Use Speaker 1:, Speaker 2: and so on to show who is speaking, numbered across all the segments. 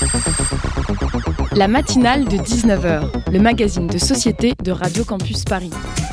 Speaker 1: La matinale de 19h, le magazine de société de Radio Campus Paris.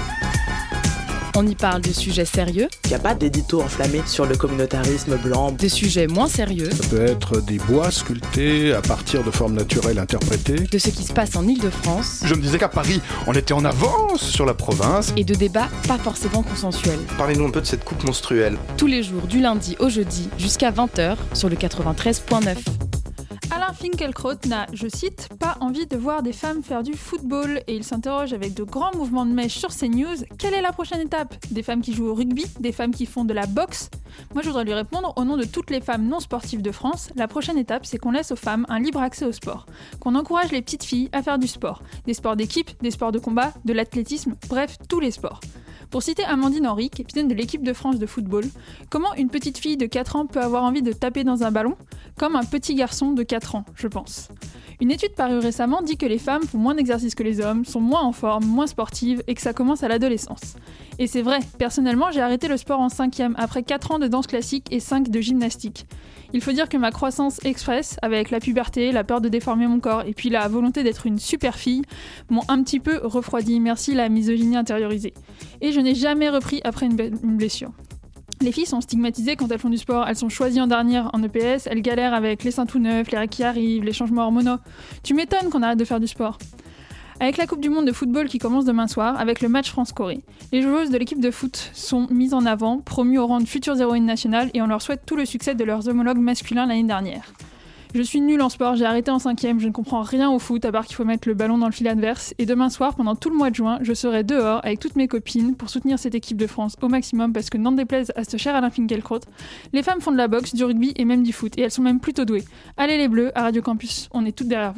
Speaker 1: On y parle de sujets sérieux.
Speaker 2: Il n'y a pas d'édito enflammé sur le communautarisme blanc.
Speaker 1: De sujets moins sérieux.
Speaker 3: Ça peut être des bois sculptés à partir de formes naturelles interprétées.
Speaker 1: De ce qui se passe en Île-de-France.
Speaker 4: Je me disais qu'à Paris, on était en avance sur la province.
Speaker 1: Et de débats pas forcément consensuels.
Speaker 5: Parlez-nous un peu de cette coupe menstruelle.
Speaker 1: Tous les jours, du lundi au jeudi, jusqu'à 20h, sur le 93.9.
Speaker 6: Alain Finkielkraut n'a, je cite, pas envie de voir des femmes faire du football et il s'interroge avec de grands mouvements de mèche sur CNews. Quelle est la prochaine étape ? Des femmes qui jouent au rugby ? Des femmes qui font de la boxe ? Moi, je voudrais lui répondre au nom de toutes les femmes non sportives de France. La prochaine étape, c'est qu'on laisse aux femmes un libre accès au sport. Qu'on encourage les petites filles à faire du sport. Des sports d'équipe, des sports de combat, de l'athlétisme, bref, tous les sports. Pour citer Amandine Henry, capitaine de l'équipe de France de football, comment une petite fille de 4 ans peut avoir envie de taper dans un ballon ? Comme un petit garçon de 4 ans, je pense. Une étude parue récemment dit que les femmes font moins d'exercice que les hommes, sont moins en forme, moins sportives et que ça commence à l'adolescence. Et c'est vrai, personnellement, j'ai arrêté le sport en 5e après 4 ans de danse classique et 5 de gymnastique. Il faut dire que ma croissance express, avec la puberté, la peur de déformer mon corps et puis la volonté d'être une super fille, m'ont un petit peu refroidi, merci la misogynie intériorisée. Et je n'ai jamais repris après une blessure. Les filles sont stigmatisées quand elles font du sport, elles sont choisies en dernière en EPS, elles galèrent avec les seins tout neufs, les règles qui arrivent, les changements hormonaux. Tu m'étonnes qu'on arrête de faire du sport. Avec la Coupe du Monde de football qui commence demain soir, avec le match France-Corée, les joueuses de l'équipe de foot sont mises en avant, promues au rang de futures héroïnes nationales et on leur souhaite tout le succès de leurs homologues masculins l'année dernière. Je suis nulle en sport, j'ai arrêté en 5e, je ne comprends rien au foot à part qu'il faut mettre le ballon dans le fil adverse et demain soir, pendant tout le mois de juin, je serai dehors avec toutes mes copines pour soutenir cette équipe de France au maximum parce que n'en déplaise à ce cher Alain Finkielkraut, les femmes font de la boxe, du rugby et même du foot et elles sont même plutôt douées. Allez les Bleus, à Radio Campus, on est toutes derrière vous.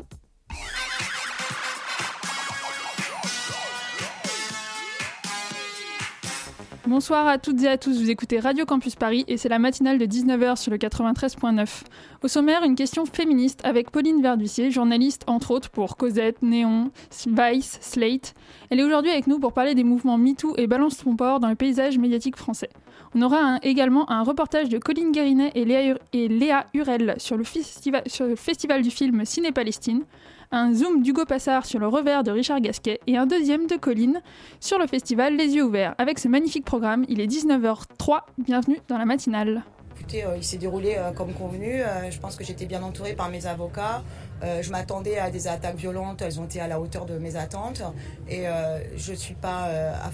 Speaker 6: Bonsoir à toutes et à tous, vous écoutez Radio Campus Paris et c'est la matinale de 19h sur le 93.9. Au sommaire, une question féministe avec Pauline Verdussier, journaliste entre autres pour Cosette, Néon, Vice, Slate. Elle est aujourd'hui avec nous pour parler des mouvements MeToo et Balance ton port dans le paysage médiatique français. On aura également un reportage de Colline Guérinet et Léa Hurel sur le festival du film Ciné-Palestine, un zoom d'Hugo Passard sur le revers de Richard Gasquet et un deuxième de Colline sur le festival Les Yeux Ouverts. Avec ce magnifique programme, il est 19h03, bienvenue dans la matinale.
Speaker 7: Écoutez, il s'est déroulé comme convenu, je pense que j'étais bien entourée par mes avocats, je m'attendais à des attaques violentes, elles ont été à la hauteur de mes attentes et je ne suis pas, à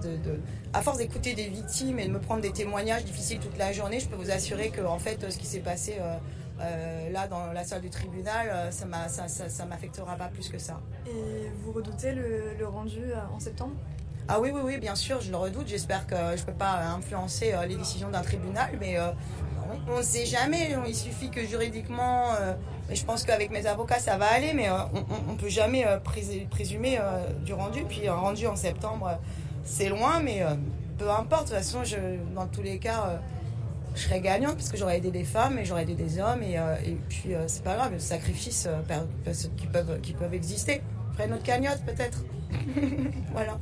Speaker 7: force d'écouter des victimes et de me prendre des témoignages difficiles toute la journée, je peux vous assurer que en fait, ce qui s'est passé là dans la salle du tribunal, ça m'affectera pas plus que ça.
Speaker 8: Et vous redoutez le rendu en septembre ?
Speaker 7: Ah oui, bien sûr, je le redoute. J'espère que je ne peux pas influencer les décisions d'un tribunal, mais on ne sait jamais. Il suffit que juridiquement, je pense qu'avec mes avocats, ça va aller, mais on ne peut jamais présumer du rendu. Puis un rendu en septembre, c'est loin, mais peu importe. De toute façon, dans tous les cas, je serai gagnante parce que j'aurai aidé des femmes et j'aurai aidé des hommes. Et puis, c'est pas grave, le sacrifice qui peuvent exister. Je ferai notre cagnotte, peut-être. Voilà.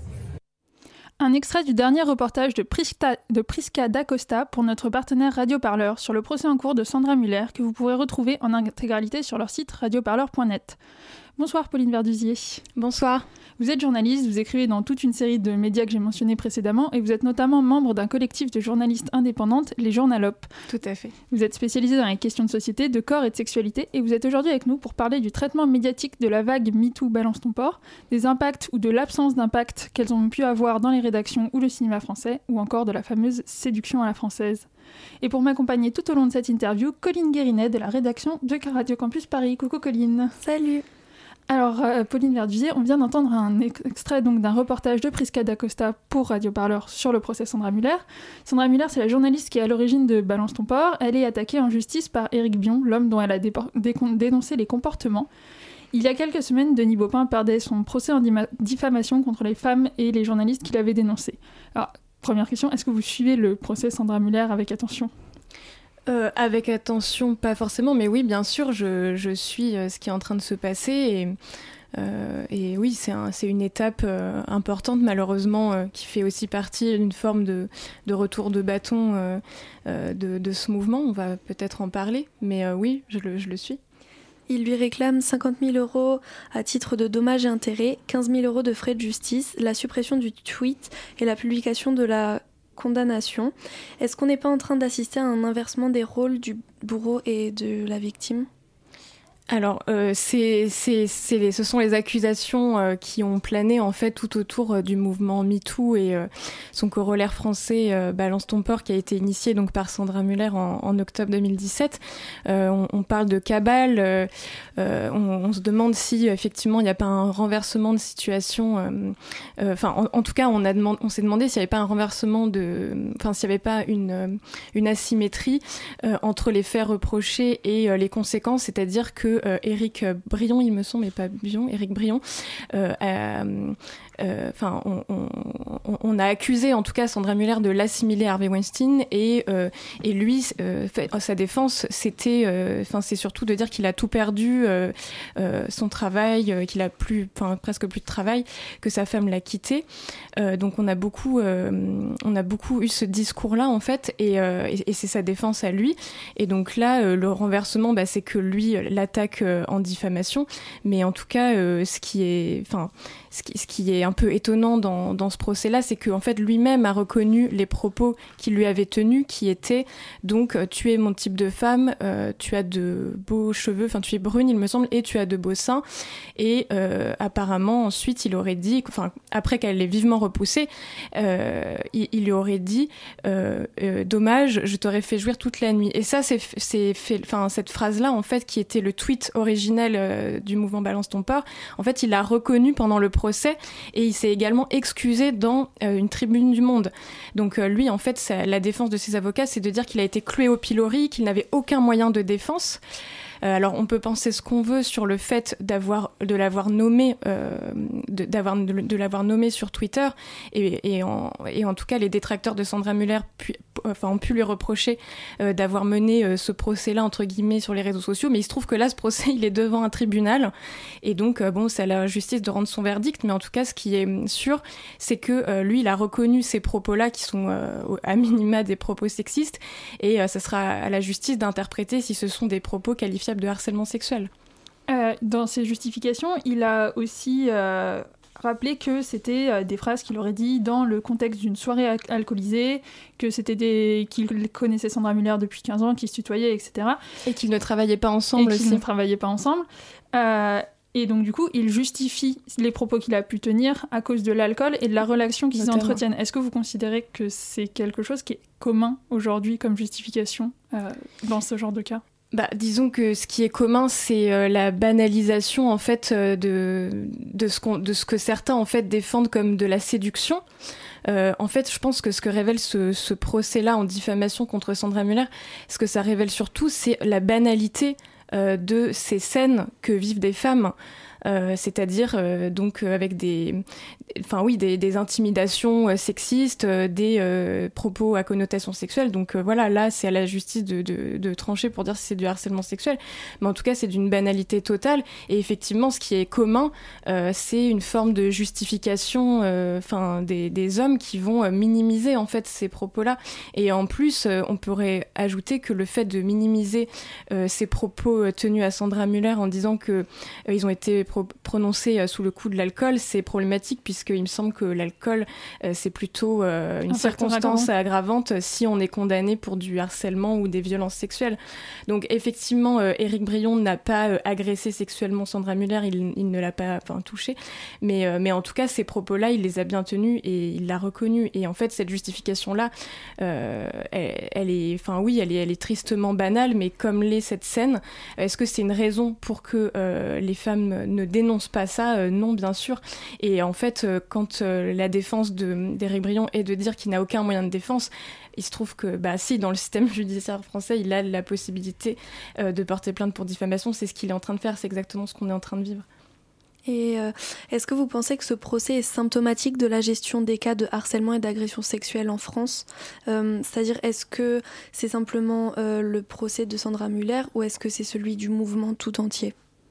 Speaker 6: Un extrait du dernier reportage de Prisca d'Acosta pour notre partenaire Radio Parleur sur le procès en cours de Sandra Muller que vous pourrez retrouver en intégralité sur leur site radioparleur.net. Bonsoir Pauline Verdusier.
Speaker 9: Bonsoir.
Speaker 6: Vous êtes journaliste, vous écrivez dans toute une série de médias que j'ai mentionnés précédemment et vous êtes notamment membre d'un collectif de journalistes indépendantes, les Journalopes.
Speaker 9: Tout à fait.
Speaker 6: Vous êtes spécialisée dans les questions de société, de corps et de sexualité et vous êtes aujourd'hui avec nous pour parler du traitement médiatique de la vague MeToo Balance ton port, des impacts ou de l'absence d'impact qu'elles ont pu avoir dans les rédactions ou le cinéma français ou encore de la fameuse séduction à la française. Et pour m'accompagner tout au long de cette interview, Colline Guérinet de la rédaction de Radio Campus Paris. Coucou Colline.
Speaker 9: Salut.
Speaker 6: Alors, Pauline Verdusier, on vient d'entendre un extrait donc, d'un reportage de Prisca d'Acosta pour Radio Parleur sur le procès Sandra Muller. Sandra Muller, c'est la journaliste qui est à l'origine de Balance ton port. Elle est attaquée en justice par Éric Bion, l'homme dont elle a dénoncé les comportements. Il y a quelques semaines, Denis Baupin perdait son procès en diffamation contre les femmes et les journalistes qu'il avait dénoncés. Alors, première question, est-ce que vous suivez le procès Sandra Muller avec attention ?
Speaker 9: Avec attention, pas forcément, mais oui, bien sûr, je suis ce qui est en train de se passer et oui, c'est une étape importante, malheureusement, qui fait aussi partie d'une forme de retour de bâton de ce mouvement. On va peut-être en parler, mais oui, je le suis.
Speaker 8: Il lui réclame 50 000 € à titre de dommages et intérêts, 15 000 € de frais de justice, la suppression du tweet et la publication de la condamnation. Est-ce qu'on n'est pas en train d'assister à un inversement des rôles du bourreau et de la victime ?
Speaker 9: Alors, ce sont les accusations qui ont plané en fait tout autour du mouvement MeToo et son corollaire français Balance ton porc, qui a été initié donc par Sandra Muller en octobre 2017. On parle de cabale. On se demande si effectivement il n'y a pas un renversement de situation. En tout cas, on s'est demandé s'il n'y avait pas un renversement s'il n'y avait pas une asymétrie entre les faits reprochés et les conséquences, c'est-à-dire que Éric Brion, il me semble, mais pas Bion, Éric Brion, on a accusé en tout cas Sandra Muller de l'assimiler à Harvey Weinstein et lui, sa défense, c'est surtout de dire qu'il a tout perdu, son travail, qu'il a presque plus de travail, que sa femme l'a quitté. Donc on a beaucoup eu ce discours-là en fait, et c'est sa défense à lui. Et donc là, le renversement, c'est que lui l'attaque en diffamation, mais en tout cas, ce qui est un peu étonnant dans ce procès-là, c'est qu'en fait lui-même a reconnu les propos qu'il lui avait tenus, qui étaient donc tu es mon type de femme, tu as de beaux cheveux, tu es brune il me semble, et tu as de beaux seins. Et apparemment ensuite il aurait dit, après qu'elle l'ait vivement repoussé, il lui aurait dit dommage, je t'aurais fait jouir toute la nuit. Et ça cette phrase-là en fait, qui était le tweet originel du mouvement Balance ton porc, en fait il l'a reconnu pendant le procès et il s'est également excusé dans une tribune du Monde. Donc lui en fait la défense de ses avocats, c'est de dire qu'il a été cloué au pilori, qu'il n'avait aucun moyen de défense. Alors on peut penser ce qu'on veut sur le fait de l'avoir nommé sur Twitter et en tout cas les détracteurs de Sandra Muller ont pu lui reprocher d'avoir mené ce procès-là entre guillemets sur les réseaux sociaux, mais il se trouve que là ce procès il est devant un tribunal et donc c'est à la justice de rendre son verdict, mais en tout cas ce qui est sûr c'est que lui il a reconnu ces propos-là qui sont à minima des propos sexistes et ça sera à la justice d'interpréter si ce sont des propos qualifiables de harcèlement sexuel.
Speaker 6: Dans ses justifications, il a aussi rappelé que c'était des phrases qu'il aurait dit dans le contexte d'une soirée alcoolisée, que c'était qu'il connaissait Sandra Muller depuis 15 ans, qu'ils se tutoyaient, etc.
Speaker 9: Et qu'ils ne travaillaient pas ensemble aussi.
Speaker 6: Et donc, du coup, il justifie les propos qu'il a pu tenir à cause de l'alcool et de la relation qu'ils entretiennent. Est-ce que vous considérez que c'est quelque chose qui est commun aujourd'hui comme justification dans ce genre de cas ?
Speaker 9: Disons que ce qui est commun, c'est la banalisation en fait de ce que certains en fait défendent comme de la séduction. En fait, je pense que ce que révèle ce procès-là en diffamation contre Sandra Muller, ce que ça révèle surtout, c'est la banalité de ces scènes que vivent des femmes. C'est-à-dire donc avec des intimidations sexistes, des propos à connotation sexuelle. Donc là c'est à la justice de trancher pour dire si c'est du harcèlement sexuel, mais en tout cas c'est d'une banalité totale. Et effectivement ce qui est commun, c'est une forme de justification des hommes qui vont minimiser en fait ces propos-là. Et en plus on pourrait ajouter que le fait de minimiser ces propos tenus à Sandra Muller en disant que ils ont été prononcé sous le coup de l'alcool, c'est problématique puisqu'il me semble que l'alcool c'est plutôt une circonstance aggravante si on est condamné pour du harcèlement ou des violences sexuelles. Donc effectivement Éric Brion n'a pas agressé sexuellement Sandra Muller, il ne l'a pas touchée, mais en tout cas ces propos-là il les a bien tenus et il l'a reconnu. Et en fait cette justification-là elle est tristement banale, mais comme l'est cette scène, est-ce que c'est une raison pour que les femmes ne dénoncent pas ça? Non, bien sûr. Et en fait, quand la défense d'Éric Brion est de dire qu'il n'a aucun moyen de défense, il se trouve que, si, dans le système judiciaire français, il a la possibilité de porter plainte pour diffamation. C'est ce qu'il est en train de faire, c'est exactement ce qu'on est en train de vivre.
Speaker 8: Et est-ce que vous pensez que ce procès est symptomatique de la gestion des cas de harcèlement et d'agression sexuelle en France ? C'est-à-dire, est-ce que c'est simplement le procès de Sandra Muller ou est-ce que c'est celui du mouvement tout entier ?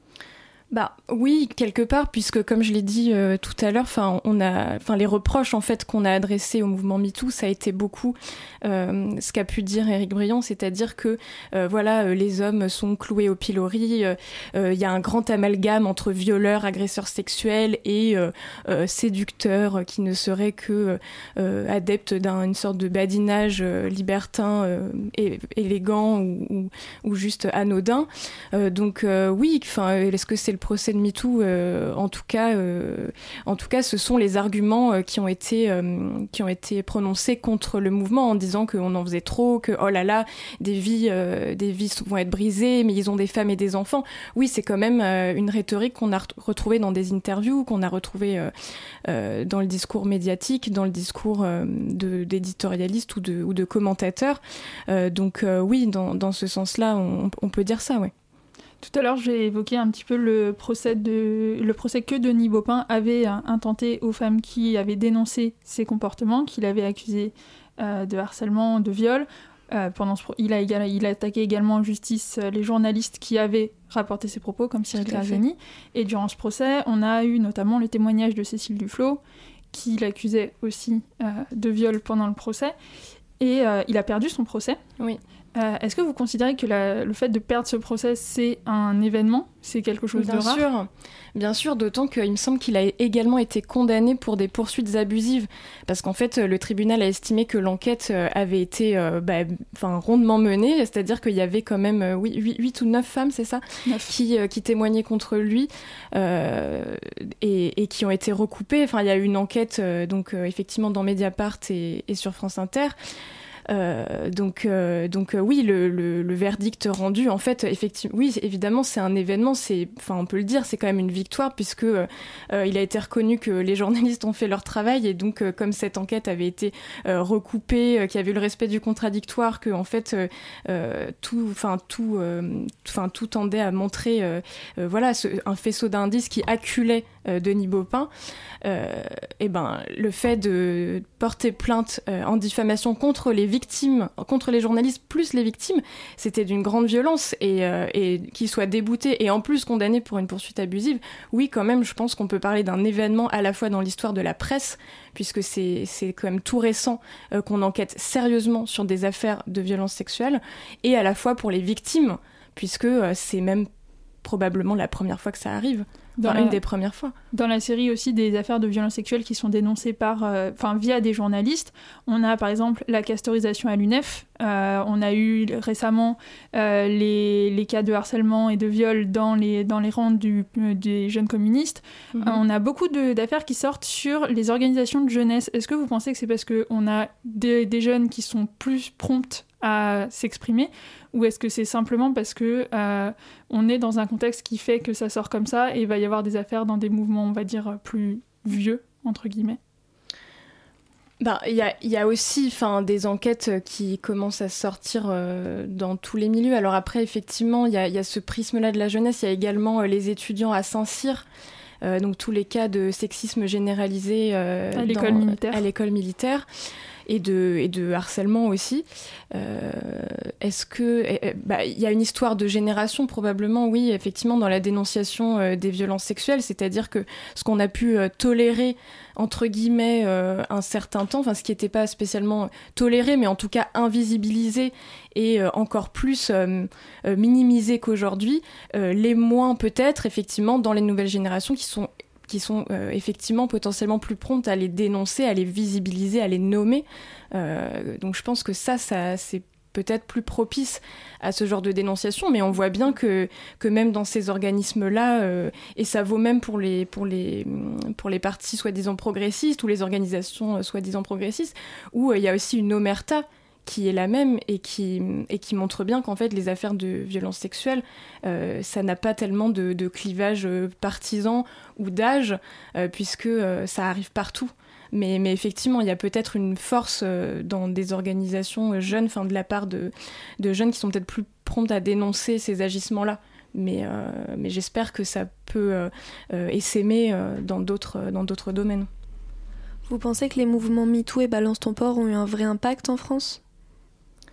Speaker 9: Oui, quelque part, puisque comme je l'ai dit tout à l'heure, les reproches en fait qu'on a adressés au mouvement MeToo, ça a été beaucoup ce qu'a pu dire Éric Briand, c'est-à-dire que les hommes sont cloués au pilori, il y a un grand amalgame entre violeurs, agresseurs sexuels et séducteurs qui ne seraient que adeptes d'une sorte de badinage libertin, élégant ou juste anodin. Est-ce que c'est le procès de MeToo, en tout cas, ce sont les arguments qui ont été prononcés contre le mouvement en disant qu'on en faisait trop, que oh là là, des vies vont être brisées, mais ils ont des femmes et des enfants. Oui, c'est quand même une rhétorique qu'on a retrouvée dans des interviews, qu'on a retrouvée dans le discours médiatique, dans le discours d'éditorialistes ou de commentateurs. Dans ce sens-là, on peut dire ça, ouais.
Speaker 6: Tout à l'heure, j'ai évoqué un petit peu le procès que Denis Baupin avait intenté aux femmes qui avaient dénoncé ces comportements, qu'il avait accusées de harcèlement, de viol. Il a attaqué également en justice les journalistes qui avaient rapporté ces propos, comme Cyril Caragiani. Et durant ce procès, on a eu notamment le témoignage de Cécile Duflot, qui l'accusait aussi de viol pendant le procès. Et il a perdu son procès.
Speaker 9: Oui.
Speaker 6: Est-ce que vous considérez que le fait de perdre ce procès, c'est un événement ? C'est quelque chose de rare ?
Speaker 9: Bien sûr, d'autant qu'il me semble qu'il a également été condamné pour des poursuites abusives. Parce qu'en fait, le tribunal a estimé que l'enquête avait été rondement menée, c'est-à-dire qu'il y avait quand même 8 ou 9 femmes, c'est ça ? 9. Qui témoignaient contre lui et qui ont été recoupées. Enfin, il y a eu une enquête effectivement dans Mediapart et sur France Inter. Oui, le verdict rendu, en fait, effectivement, oui, évidemment, c'est un événement, on peut le dire, c'est quand même une victoire puisque il a été reconnu que les journalistes ont fait leur travail et donc comme cette enquête avait été recoupée, qu'il y avait eu le respect du contradictoire, que en fait tout tendait à montrer un faisceau d'indices qui acculait Denis Baupin. Le fait de porter plainte en diffamation contre les victimes, contre les journalistes plus les victimes, c'était d'une grande violence et qu'il soit débouté et en plus condamné pour une poursuite abusive, oui quand même je pense qu'on peut parler d'un événement à la fois dans l'histoire de la presse puisque c'est quand même tout récent qu'on enquête sérieusement sur des affaires de violences sexuelles et à la fois pour les victimes puisque c'est même probablement la première fois que ça arrive. Une des premières fois.
Speaker 6: Dans la série aussi des affaires de violences sexuelles qui sont dénoncées via des journalistes. On a par exemple la castorisation à l'UNEF. On a eu récemment les cas de harcèlement et de viol dans les rangs des jeunes communistes. On a beaucoup d'affaires qui sortent sur les organisations de jeunesse. Est-ce que vous pensez que c'est parce qu'on a des jeunes qui sont plus promptes à s'exprimer ou est-ce que c'est simplement parce que on est dans un contexte qui fait que ça sort comme ça et il va y avoir des affaires dans des mouvements, on va dire, plus vieux, entre guillemets ?
Speaker 9: Il y a aussi des enquêtes qui commencent à sortir dans tous les milieux. Alors après, effectivement, il y a ce prisme-là de la jeunesse. Il y a également les étudiants à Saint-Cyr, donc tous les cas de sexisme généralisé à l'école militaire. Et de harcèlement aussi. Est-ce que... il y a une histoire de génération probablement, oui, effectivement, dans la dénonciation des violences sexuelles, c'est-à-dire que ce qu'on a pu tolérer, entre guillemets, un certain temps, ce qui n'était pas spécialement toléré, mais en tout cas invisibilisé et encore plus minimisé qu'aujourd'hui, les moins peut-être, effectivement, dans les nouvelles générations qui sont effectivement potentiellement plus promptes à les dénoncer, à les visibiliser, à les nommer. Donc je pense que ça c'est peut-être plus propice à ce genre de dénonciation, mais on voit bien que même dans ces organismes-là, et ça vaut même pour les partis soi-disant progressistes ou les organisations soi-disant progressistes, où il y a aussi une omerta qui est la même et qui montre bien qu'en fait les affaires de violences sexuelles ça n'a pas tellement de clivage partisan ou d'âge puisque ça arrive partout mais effectivement il y a peut-être une force dans des organisations jeunes, de la part de jeunes qui sont peut-être plus promptes à dénoncer ces agissements-là mais j'espère que ça peut essaimer dans d'autres domaines.
Speaker 8: Vous pensez que les mouvements MeToo et Balance ton port ont eu un vrai impact en France ?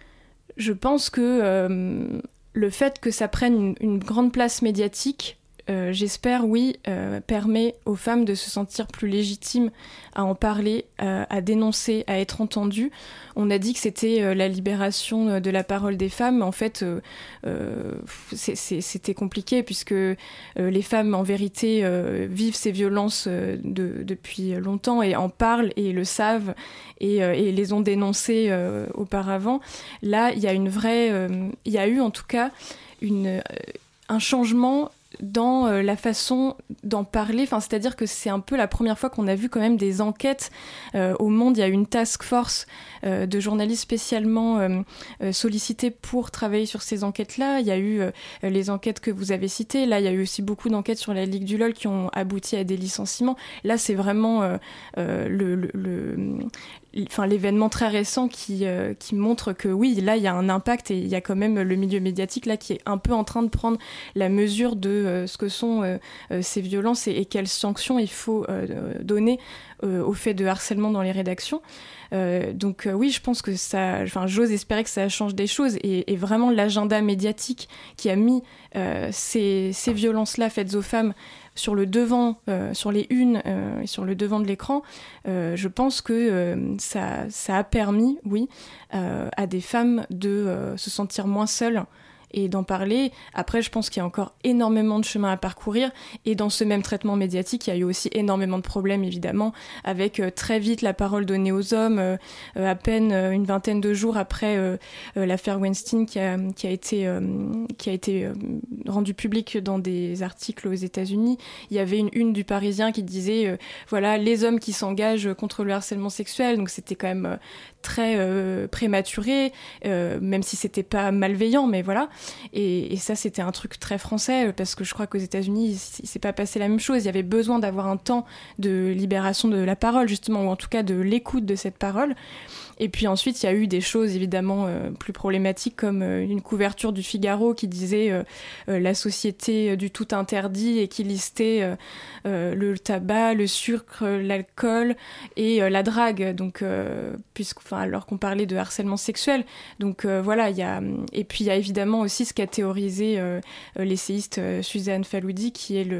Speaker 9: Je pense que le fait que ça prenne une grande place médiatique j'espère, permet aux femmes de se sentir plus légitimes à en parler, à dénoncer, à être entendues. On a dit que c'était la libération de la parole des femmes, mais en fait, c'était compliqué puisque les femmes, en vérité, vivent ces violences depuis longtemps et en parlent et le savent et les ont dénoncées auparavant. Là, il y a il y a eu en tout cas un changement dans la façon d'en parler, c'est-à-dire que c'est un peu la première fois qu'on a vu quand même des enquêtes au Monde. Il y a eu une task force de journalistes spécialement sollicités pour travailler sur ces enquêtes-là. Il y a eu les enquêtes que vous avez citées. Là, il y a eu aussi beaucoup d'enquêtes sur la Ligue du LOL qui ont abouti à des licenciements. Là, c'est vraiment l'événement très récent qui montre que oui, là, il y a un impact et il y a quand même le milieu médiatique là qui est un peu en train de prendre la mesure de ce que sont ces violences et quelles sanctions il faut donner au fait de harcèlement dans les rédactions. Donc oui, je pense que j'ose espérer que ça change des choses et vraiment l'agenda médiatique qui a mis ces violences-là faites aux femmes sur le devant, sur les unes et sur le devant de l'écran, je pense que ça a permis, à des femmes de se sentir moins seules et d'en parler. Après, je pense qu'il y a encore énormément de chemin à parcourir et dans ce même traitement médiatique, il y a eu aussi énormément de problèmes, évidemment, avec très vite la parole donnée aux hommes, à peine une vingtaine de jours après l'affaire Weinstein qui a été rendue publique dans des articles aux États-Unis. Il y avait une une du Parisien qui disait voilà, les hommes qui s'engagent contre le harcèlement sexuel, donc c'était quand même très prématuré, même si c'était pas malveillant, mais voilà. Et ça, c'était un truc très français, parce que je crois qu'aux États-Unis, il s'est pas passé la même chose. Il y avait besoin d'avoir un temps de libération de la parole, justement, ou en tout cas de l'écoute de cette parole. Et puis ensuite, il y a eu des choses évidemment plus problématiques, comme une couverture du Figaro qui disait la société du tout interdit et qui listait le tabac, le sucre, l'alcool et la drague. Donc, alors qu'on parlait de harcèlement sexuel. Donc voilà, et puis il y a évidemment aussi ce qu'a théorisé l'essayiste Suzanne Faloudi, qui est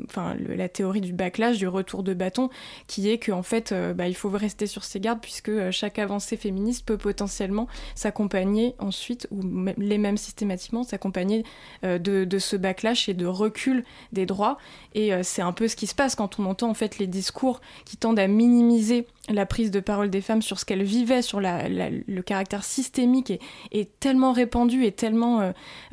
Speaker 9: la théorie du backlash, du retour de bâton, qui est qu'en fait, il faut rester sur ses gardes puisque chaque avancée féministe peut potentiellement s'accompagner ensuite, ou les mêmes systématiquement, s'accompagner de ce backlash et de recul des droits. Et c'est un peu ce qui se passe quand on entend en fait les discours qui tendent à minimiser la prise de parole des femmes sur ce qu'elles vivaient, sur le caractère systémique et tellement répandu et tellement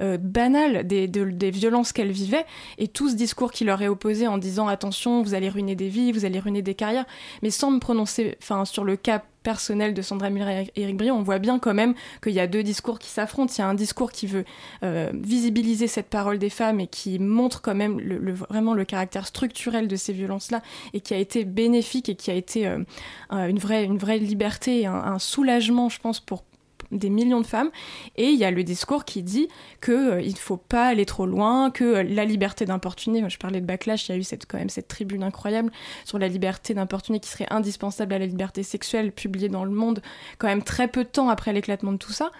Speaker 9: banal des violences qu'elles vivaient, et tout ce discours qui leur est opposé en disant attention, vous allez ruiner des vies, vous allez ruiner des carrières, mais sans me prononcer sur le cas personnel de Sandra Muller et Éric Briand, on voit bien quand même qu'il y a deux discours qui s'affrontent. Il y a un discours qui veut visibiliser cette parole des femmes et qui montre quand même vraiment le caractère structurel de ces violences-là et qui a été bénéfique et qui a été une vraie liberté et un soulagement, je pense, pour des millions de femmes. Et il y a le discours qui dit qu'il ne faut pas aller trop loin, que la liberté d'importuner, moi je parlais de backlash, il y a eu quand même cette tribune incroyable sur la liberté d'importuner qui serait indispensable à la liberté sexuelle, publiée dans Le Monde quand même très peu de temps après l'éclatement de tout ça.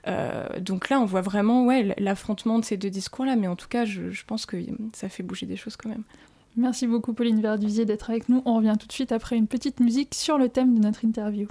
Speaker 9: Donc là on voit vraiment l'affrontement de ces deux discours-là, mais en tout cas je pense que ça fait bouger des choses quand même.
Speaker 6: Merci beaucoup Pauline Verdusier d'être avec nous. On revient tout de suite après une petite musique sur le thème de notre interview.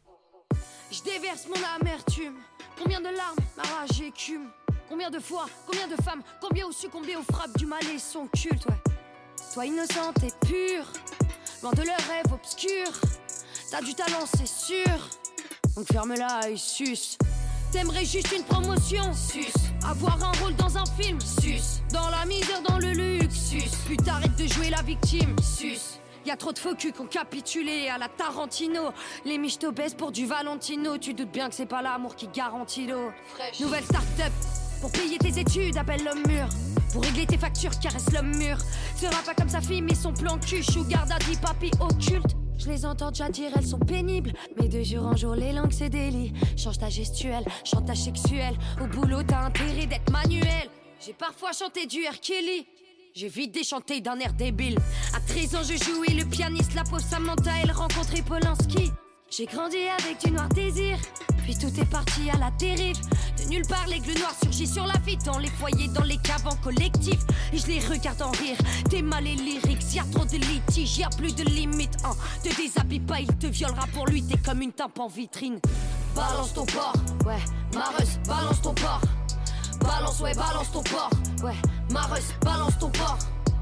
Speaker 10: Je déverse mon amertume. Combien de larmes, ma rage écume. Combien de fois, combien de femmes, combien ont succombé aux frappes du mal et son culte, ouais. Toi innocente et pure, loin de leurs rêves obscurs. T'as du talent, c'est sûr, donc ferme-la et suce. T'aimerais juste une promotion, suce. Avoir un rôle dans un film, suce. Dans la misère, dans le luxe, suce. Puis t'arrêtes de jouer la victime, suce. Y'a trop de faux culs qui ont capitulé à la Tarantino. Les miches t'obèsent pour du Valentino. Tu doutes bien que c'est pas l'amour qui garantit l'eau. Nouvelle start-up, pour payer tes études, appelle l'homme mûr. Pour régler tes factures, caresse l'homme mûr. Sera pas comme sa fille, mais son plan cul. Sugar daddy, papi occulte. Je les entends déjà dire, elles sont pénibles. Mais de jour en jour, les langues c'est délit. Change ta gestuelle, chantage sexuel. Au boulot, t'as intérêt d'être manuel. J'ai parfois chanté du R. Kelly. J'ai vite déchanté d'un air débile. À 13 ans, je jouais le pianiste. La pauvre Samantha, elle rencontrait Polanski. J'ai grandi avec du noir désir. Puis tout est parti à la dérive. De nulle part, l'aigle noir surgit sur la vie, dans les foyers, dans les caves en collectif. Et je les regarde en rire, t'es mal et lyrics, y'a trop de litiges, y'a plus de limites. Te déshabille pas, il te violera pour lui, t'es comme une tampe en vitrine. Balance ton porc, ouais, Mareuse, balance ton porc. Balance, ouais, balance ton porc, ouais, Mareuse, balance ton porc.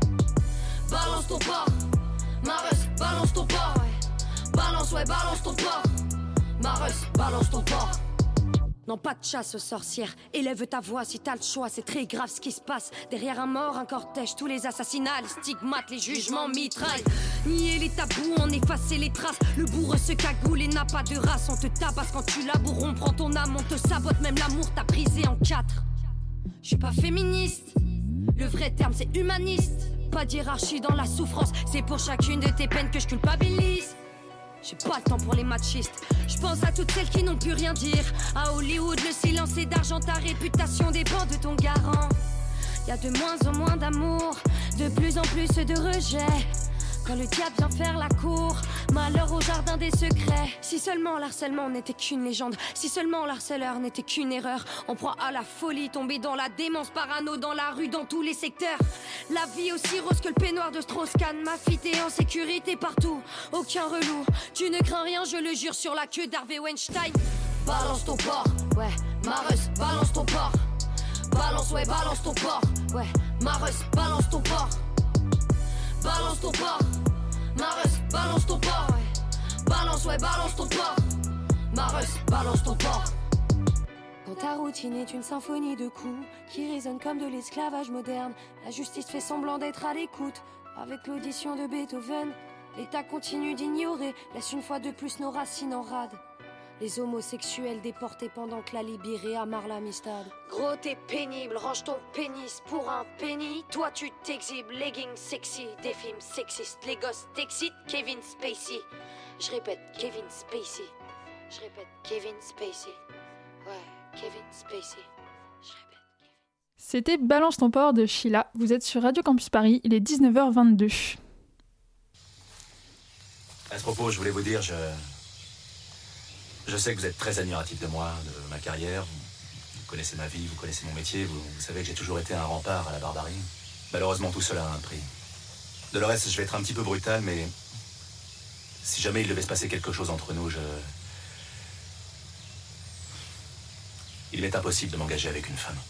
Speaker 10: Balance ton porc, Mareuse, balance ton porc, ouais. Balance, ouais, balance ton porc. Mareuse, balance ton porc. Non, pas de chasse aux sorcières, élève ta voix si t'as le choix, c'est très grave ce qui se passe. Derrière un mort, un cortège, tous les assassinats, les stigmates, les jugements mitraillent. Nier les tabous, en effacer les traces, le bourreux se cagoule et n'a pas de race. On te tabasse quand tu laboures, on prend ton âme, on te sabote, même l'amour t'a brisé en 4. Je suis pas féministe, le vrai terme c'est humaniste. Pas d'hiérarchie dans la souffrance, c'est pour chacune de tes peines que je culpabilise. J'ai pas le temps pour les machistes. Je pense à toutes celles qui n'ont plus rien dire. À Hollywood, le silence est d'argent, ta réputation dépend de ton garant. Y'a de moins en moins d'amour, de plus en plus de rejet. Quand le diable vient faire la cour, malheur au jardin des secrets. Si seulement l'harcèlement n'était qu'une légende, si seulement l'harceleur n'était qu'une erreur. En proie à la folie, tombé dans la démence, parano dans la rue, dans tous les secteurs. La vie aussi rose que le peignoir de Strauss-Kahn. Ma fille t'es en sécurité partout, aucun relou. Tu ne crains rien, je le jure, sur la queue d'Harvey Weinstein. Balance ton porc, ouais, Mareuse, balance ton porc. Balance, ouais, balance ton porc, ouais, Mareuse, balance ton porc. Balance ton porc, Mareuse, balance ton porc, ouais. Balance, ouais, balance ton porc. Mareuse, balance ton porc. Quand ta routine est une symphonie de coups qui résonne comme de l'esclavage moderne, la justice fait semblant d'être à l'écoute. Avec l'audition de Beethoven, l'État continue d'ignorer, laisse une fois de plus nos racines en rade. Les homosexuels déportés pendant que la Libye amarre l'amistad. Gros t'es pénible, range ton pénis pour un penny. Toi tu t'exhibes, leggings sexy, des films sexistes. Les gosses t'excitent, Kevin Spacey. Je répète, Kevin Spacey. Je répète, Kevin Spacey. Ouais, Kevin Spacey. Je répète, Kevin.
Speaker 6: C'était Balance ton porc de Sheila. Vous êtes sur Radio Campus Paris, il est 19h22.
Speaker 11: À ce propos, je voulais vous dire, je sais que vous êtes très admiratif de moi, de ma carrière. Vous connaissez ma vie, vous connaissez mon métier. Vous savez que j'ai toujours été un rempart à la barbarie. Malheureusement, tout cela a un prix. De le reste, je vais être un petit peu brutal, mais si jamais il devait se passer quelque chose entre nous, il m'est impossible de m'engager avec une femme.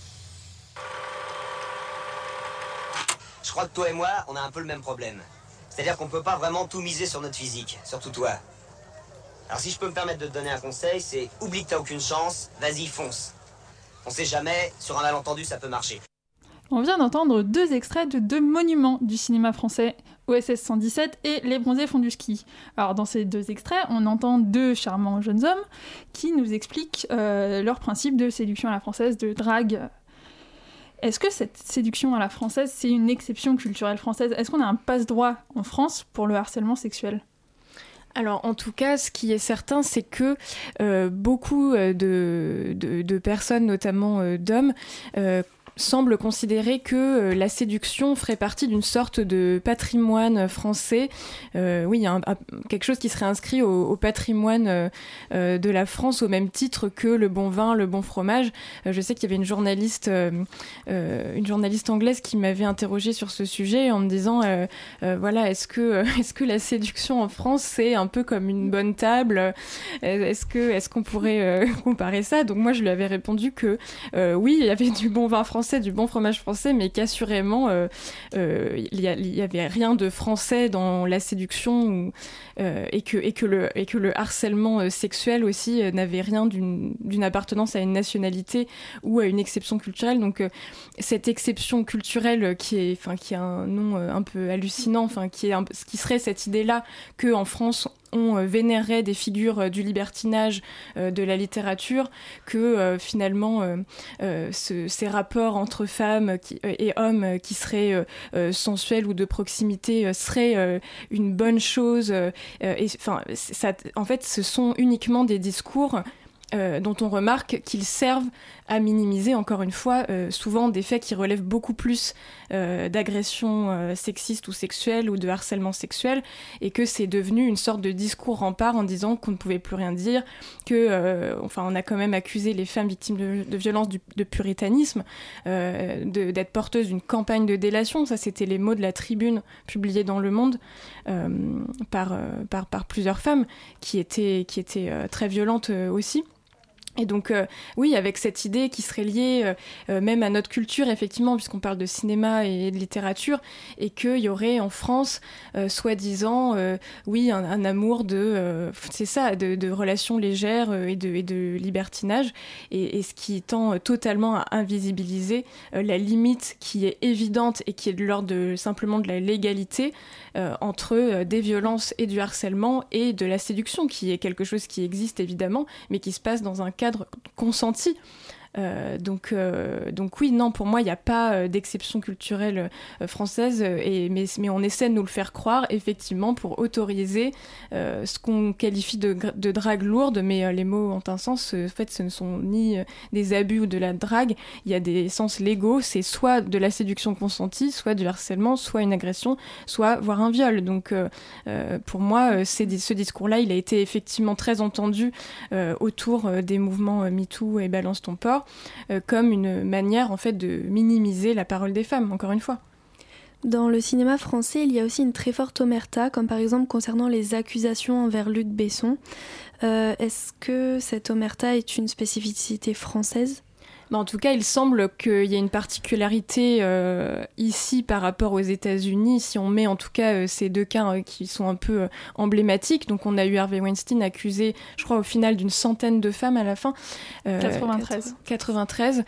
Speaker 12: Je crois que toi et moi, on a un peu le même problème. C'est-à-dire qu'on peut pas vraiment tout miser sur notre physique, surtout toi. Alors si je peux me permettre de te donner un conseil, c'est oublie que t'as aucune chance, vas-y fonce. On sait jamais, sur un malentendu ça peut marcher.
Speaker 6: On vient d'entendre 2 extraits de 2 monuments du cinéma français, OSS 117 et Les Bronzés font du ski. Alors dans ces 2 extraits, on entend 2 charmants jeunes hommes qui nous expliquent leur principe de séduction à la française, de drague. Est-ce que cette séduction à la française, c'est une exception culturelle française ? Est-ce qu'on a un passe-droit en France pour le harcèlement sexuel ?
Speaker 9: Alors en tout cas, ce qui est certain, c'est que beaucoup de personnes, notamment d'hommes, semble considérer que la séduction ferait partie d'une sorte de patrimoine français. Oui, il y a quelque chose qui serait inscrit au patrimoine de la France au même titre que le bon vin, le bon fromage. Je sais qu'il y avait une journaliste anglaise qui m'avait interrogée sur ce sujet en me disant voilà, est-ce que la séduction en France c'est un peu comme une bonne table ? Est-ce qu'on pourrait comparer ça ? Donc moi je lui avais répondu que oui, il y avait du bon vin français, du bon fromage français, mais qu'assurément il y avait rien de français dans la séduction et que le harcèlement sexuel aussi n'avait rien d'une appartenance à une nationalité ou à une exception culturelle. Donc cette exception culturelle qui a un nom un peu hallucinant, qui serait cette idée-là que en France on vénérerait des figures du libertinage de la littérature, que finalement ces rapports entre femmes et hommes qui seraient sensuels ou de proximité seraient une bonne chose. En fait, ce sont uniquement des discours dont on remarque qu'ils servent à minimiser, encore une fois, souvent des faits qui relèvent beaucoup plus d'agressions sexistes ou sexuelles ou de harcèlement sexuel, et que c'est devenu une sorte de discours rempart en disant qu'on ne pouvait plus rien dire, on a quand même accusé les femmes victimes de violences de puritanisme, d'être porteuses d'une campagne de délation. Ça, c'était les mots de la tribune publiée dans Le Monde par plusieurs femmes qui étaient très violentes aussi. Et donc, oui, avec cette idée qui serait liée même à notre culture, effectivement, puisqu'on parle de cinéma et de littérature, et qu'il y aurait en France, soi-disant, un amour de relations légères et de libertinage, et ce qui tend totalement à invisibiliser la limite qui est évidente et qui est de l'ordre simplement de la légalité entre des violences et du harcèlement et de la séduction, qui est quelque chose qui existe évidemment, mais qui se passe dans un cadre consenti. Donc oui, non, pour moi, il n'y a pas d'exception culturelle française, mais on essaie de nous le faire croire, effectivement, pour autoriser ce qu'on qualifie de drague lourde, mais les mots ont un sens. En fait, ce ne sont ni des abus ou de la drague, il y a des sens légaux, c'est soit de la séduction consentie, soit du harcèlement, soit une agression, soit voire un viol. Donc pour moi, ce discours-là, il a été effectivement très entendu autour des mouvements MeToo et Balance ton porc, comme une manière en fait de minimiser la parole des femmes, encore une fois.
Speaker 8: Dans le cinéma français, il y a aussi une très forte omerta, comme par exemple concernant les accusations envers Luc Besson. Est-ce que cette omerta est une spécificité française ?
Speaker 9: En tout cas, il semble qu'il y ait une particularité ici par rapport aux États-Unis, si on met en tout cas ces deux cas qui sont un peu emblématiques. Donc on a eu Harvey Weinstein accusé, je crois au final, d'une centaine de femmes à la fin. 93.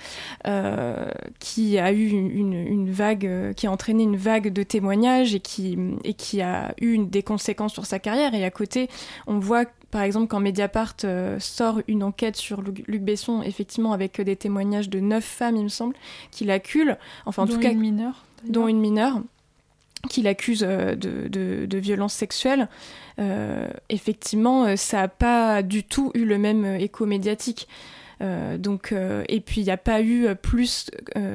Speaker 9: Qui a eu une vague, qui a entraîné une vague de témoignages et qui a eu des conséquences sur sa carrière. Et à côté, on voit par exemple, quand Mediapart sort une enquête sur Luc Besson, effectivement, avec des témoignages de 9 femmes, il me semble, qui l'acculent, enfin en tout cas, dont une mineure, qui l'accuse de violences sexuelles, effectivement, ça n'a pas du tout eu le même écho médiatique. Et puis, il n'y a pas eu plus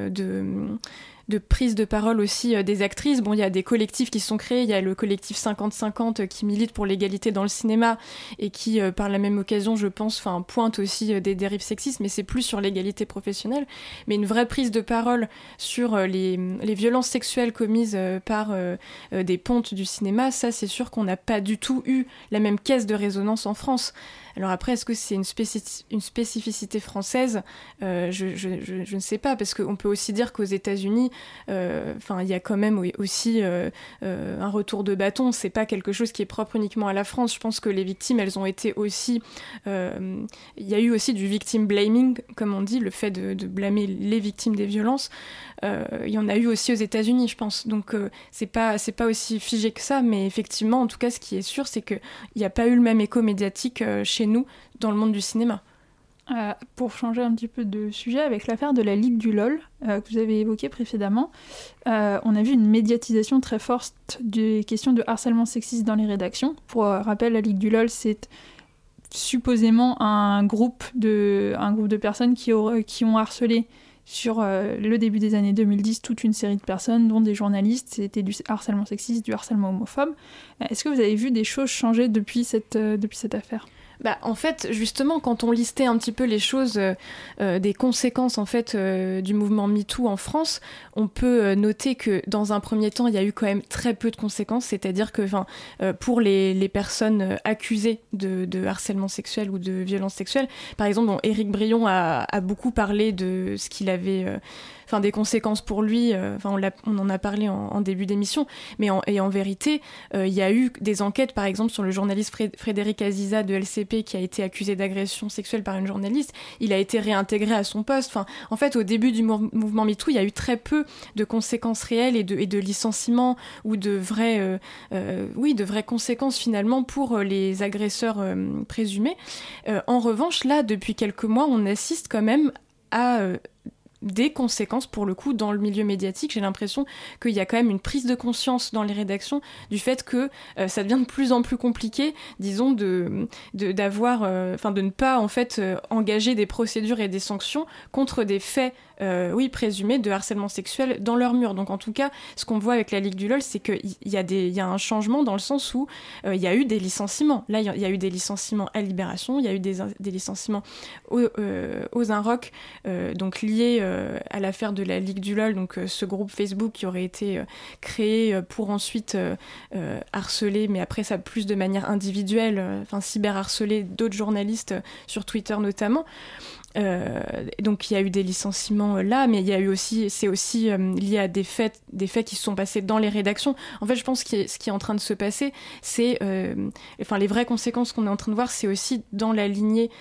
Speaker 9: de prise de parole aussi des actrices. Bon, il y a des collectifs qui sont créés, il y a le collectif 50-50 qui milite pour l'égalité dans le cinéma et qui, par la même occasion, je pense, pointe aussi des dérives sexistes, mais c'est plus sur l'égalité professionnelle. Mais une vraie prise de parole sur les violences sexuelles commises par des pontes du cinéma, ça, c'est sûr qu'on n'a pas du tout eu la même caisse de résonance en France. Alors après, est-ce que c'est une spécificité française ? Je ne sais pas, parce qu'on peut aussi dire qu'aux États-Unis, il y a quand même aussi un retour de bâton. C'est pas quelque chose qui est propre uniquement à la France. Je pense que les victimes, elles ont été aussi... Il y a eu aussi du victim blaming, comme on dit, le fait de blâmer les victimes des violences. Il y en a eu aussi aux États-Unis, je pense. Donc c'est pas aussi figé que ça, mais effectivement, en tout cas, ce qui est sûr, c'est qu'il n'y a pas eu le même écho médiatique chez nous dans le monde du cinéma.
Speaker 6: Pour changer un petit peu de sujet, avec l'affaire de la Ligue du LOL que vous avez évoquée précédemment, on a vu une médiatisation très forte des questions de harcèlement sexiste dans les rédactions. Pour rappel, la Ligue du LOL, c'est supposément un groupe de personnes qui ont harcelé sur le début des années 2010 toute une série de personnes, dont des journalistes. C'était du harcèlement sexiste, du harcèlement homophobe. Est-ce que vous avez vu des choses changer depuis cette affaire ?
Speaker 9: En fait, justement, quand on listait un petit peu les choses, des conséquences en fait du mouvement MeToo en France, on peut noter que dans un premier temps, il y a eu quand même très peu de conséquences, c'est-à-dire que pour les personnes accusées de harcèlement sexuel ou de violence sexuelle, par exemple, Éric Brion a beaucoup parlé de ce qu'il avait... des conséquences pour lui, on en a parlé en début d'émission, mais en vérité, il y a eu des enquêtes, par exemple, sur le journaliste Frédéric Aziza de LCP qui a été accusé d'agression sexuelle par une journaliste. Il a été réintégré à son poste. En fait, au début du mouvement MeToo, il y a eu très peu de conséquences réelles et de licenciements ou de vraies conséquences finalement pour les agresseurs présumés. En revanche, là, depuis quelques mois, on assiste quand même à des conséquences pour le coup dans le milieu médiatique. J'ai l'impression qu'il y a quand même une prise de conscience dans les rédactions du fait que ça devient de plus en plus compliqué, disons, de ne pas en fait engager des procédures et des sanctions contre des faits présumés de harcèlement sexuel dans leur mur. Donc en tout cas, ce qu'on voit avec la Ligue du LOL, c'est qu'il y a un changement dans le sens où il y a eu des licenciements. Là, il y a eu des licenciements à Libération, il y a eu des licenciements aux Inrocks, donc liés à l'affaire de la Ligue du LOL, donc ce groupe Facebook qui aurait été créé pour ensuite harceler, mais après ça plus de manière individuelle, cyberharceler d'autres journalistes sur Twitter notamment. Donc il y a eu des licenciements là, mais il y a eu c'est aussi lié à des faits qui se sont passés dans les rédactions. En fait, je pense que ce qui est en train de se passer, c'est les vraies conséquences qu'on est en train de voir, c'est aussi dans la lignée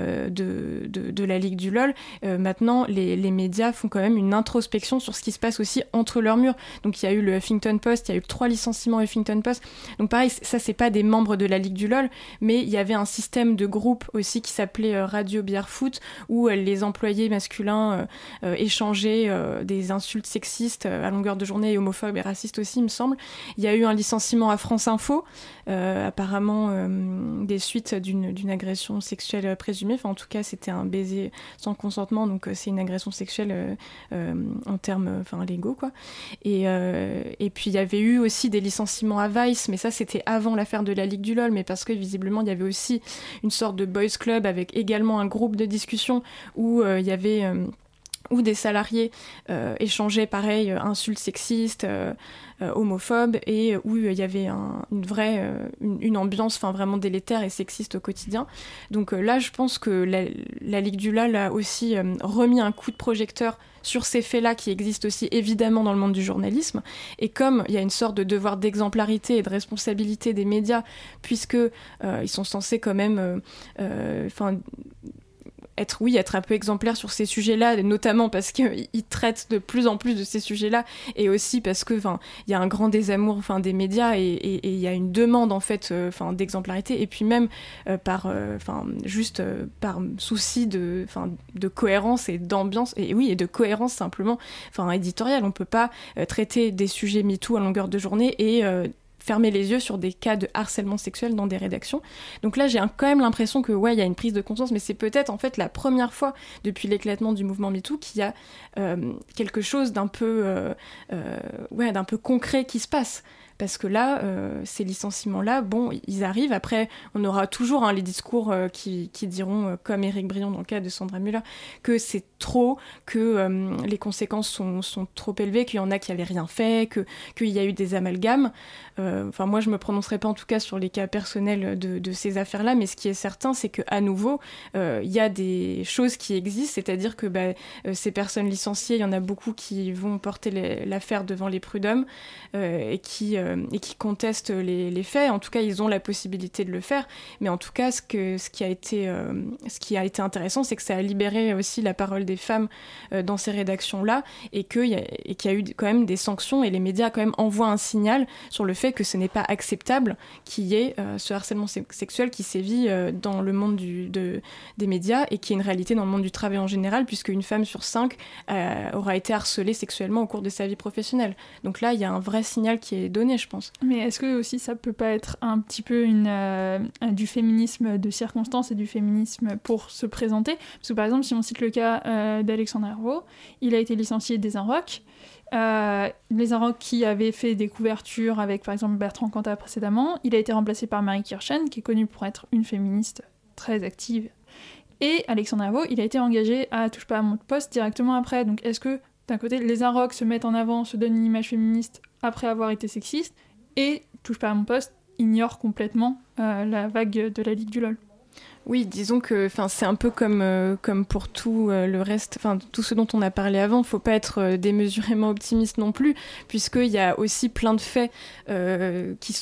Speaker 9: de la Ligue du LOL. Maintenant, les médias font quand même une introspection sur ce qui se passe aussi entre leurs murs. Donc il y a eu le Huffington Post, il y a eu 3 licenciements au Huffington Post. Donc pareil, ça c'est pas des membres de la Ligue du LOL, mais il y avait un système de groupe aussi qui s'appelait Radio Bière Foot, où les employés masculins échangeaient des insultes sexistes à longueur de journée et homophobes et racistes aussi, il me semble. Il y a eu un licenciement à France Info, apparemment des suites d'une agression sexuelle présumée. Enfin, en tout cas, c'était un baiser sans consentement, donc c'est une agression sexuelle en termes légaux, quoi. Et puis, il y avait eu aussi des licenciements à Vice, mais ça, c'était avant l'affaire de la Ligue du LOL, mais parce que visiblement, il y avait aussi une sorte de boys club avec également un groupe de discussion où il y avait où des salariés échangeaient pareil insultes sexistes, homophobes, et où il y avait une ambiance vraiment délétère et sexiste au quotidien. Donc là, je pense que la Ligue du LOL a aussi remis un coup de projecteur sur ces faits-là qui existent aussi évidemment dans le monde du journalisme. Et comme il y a une sorte de devoir d'exemplarité et de responsabilité des médias, puisque ils sont censés quand même être un peu exemplaire sur ces sujets-là, notamment parce qu'ils traitent de plus en plus de ces sujets-là, et aussi parce que il y a un grand désamour des médias, et il y a une demande en fait d'exemplarité, et puis même par souci de cohérence et d'ambiance, et de cohérence simplement éditoriale. On peut pas traiter des sujets MeToo à longueur de journée et fermer les yeux sur des cas de harcèlement sexuel dans des rédactions. Donc là, j'ai quand même l'impression que il y a une prise de conscience, mais c'est peut-être en fait la première fois depuis l'éclatement du mouvement MeToo qu'il y a quelque chose d'un peu concret qui se passe. Parce que là, ces licenciements-là, ils arrivent. Après, on aura toujours les discours qui diront, comme Éric Briand dans le cas de Sandra Müller, que c'est trop, que les conséquences sont trop élevées, qu'il y en a qui n'avaient rien fait, qu'il y a eu des amalgames. Moi, je ne me prononcerai pas en tout cas sur les cas personnels de ces affaires-là, mais ce qui est certain, c'est qu'à nouveau, il y a des choses qui existent, c'est-à-dire que ces personnes licenciées, il y en a beaucoup qui vont porter l'affaire devant les prud'hommes et qui contestent les faits. En tout cas, ils ont la possibilité de le faire. Mais en tout cas, ce qui a été intéressant, c'est que ça a libéré aussi la parole des femmes dans ces rédactions-là, et qu'il y a eu quand même des sanctions, et les médias quand même envoient un signal sur le fait que ce n'est pas acceptable qu'il y ait ce harcèlement sexuel qui sévit dans le monde des médias, et qui est une réalité dans le monde du travail en général, puisque une femme sur 5 aura été harcelée sexuellement au cours de sa vie professionnelle. Donc là, il y a un vrai signal qui est donné, je pense. Mais
Speaker 6: est-ce que aussi ça peut pas être un petit peu du féminisme de circonstance et du féminisme pour se présenter ? Parce que par exemple, si on cite le cas d'Alexandre Herveau, il a été licencié des Inrocks. Les Inrocks qui avaient fait des couvertures avec par exemple Bertrand Cantat précédemment, il a été remplacé par Marie Kirchen, qui est connue pour être une féministe très active. Et Alexandre Herveau, il a été engagé à Touche pas à mon poste directement après. Donc est-ce que d'un côté, les Inrocks se mettent en avant, se donnent une image féministe après avoir été sexiste, et Touche pas à mon poste ignore complètement la vague de la Ligue du LOL.
Speaker 9: Oui, disons que c'est un peu comme pour tout le reste, tout ce dont on a parlé avant. Il ne faut pas être démesurément optimiste non plus, puisqu'il y a aussi plein de faits qui sont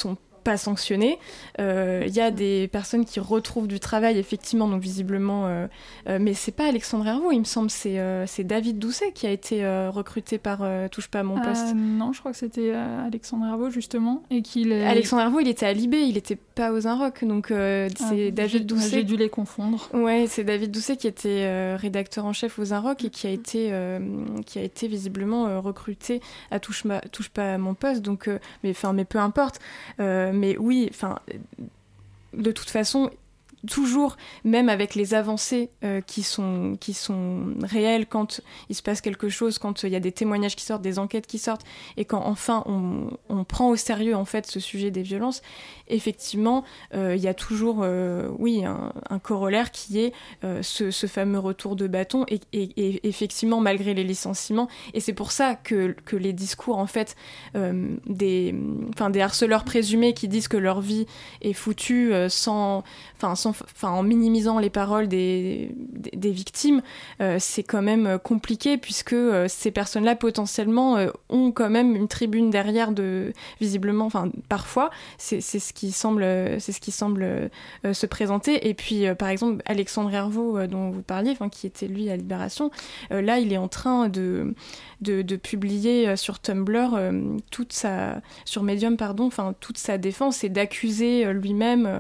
Speaker 9: pas sanctionnées. Il y a des personnes qui retrouvent du travail, effectivement, donc visiblement, mais c'est pas Alexandre Herveau, il me semble, c'est David Doucet qui a été recruté par Touche pas à mon poste.
Speaker 6: Non, je crois que c'était Alexandre Herveau, justement, et
Speaker 9: Alexandre Herveau, il était à Libé, il était pas aux Inrocks, donc c'est David Doucet.
Speaker 6: J'ai dû les confondre.
Speaker 9: Ouais, c'est David Doucet qui était rédacteur en chef aux Inrocks et qui a été visiblement recruté à Touche pas à mon poste, donc mais peu importe. Mais oui, de toute façon, toujours, même avec les avancées qui sont réelles, quand il se passe quelque chose, quand il y a des témoignages qui sortent, des enquêtes qui sortent, et quand enfin on prend au sérieux en fait ce sujet des violences, effectivement, il y a toujours un corollaire qui est ce fameux retour de bâton, et effectivement, malgré les licenciements, et c'est pour ça que les discours en fait des harceleurs présumés qui disent que leur vie est foutue en minimisant les paroles des victimes, c'est quand même compliqué, puisque ces personnes-là potentiellement ont quand même une tribune derrière visiblement, parfois, c'est ce qui semble se présenter. Et puis par exemple Alexandre Herveau dont vous parliez, qui était lui à Libération, là il est en train de publier sur Tumblr sur Medium toute sa défense, et d'accuser lui-même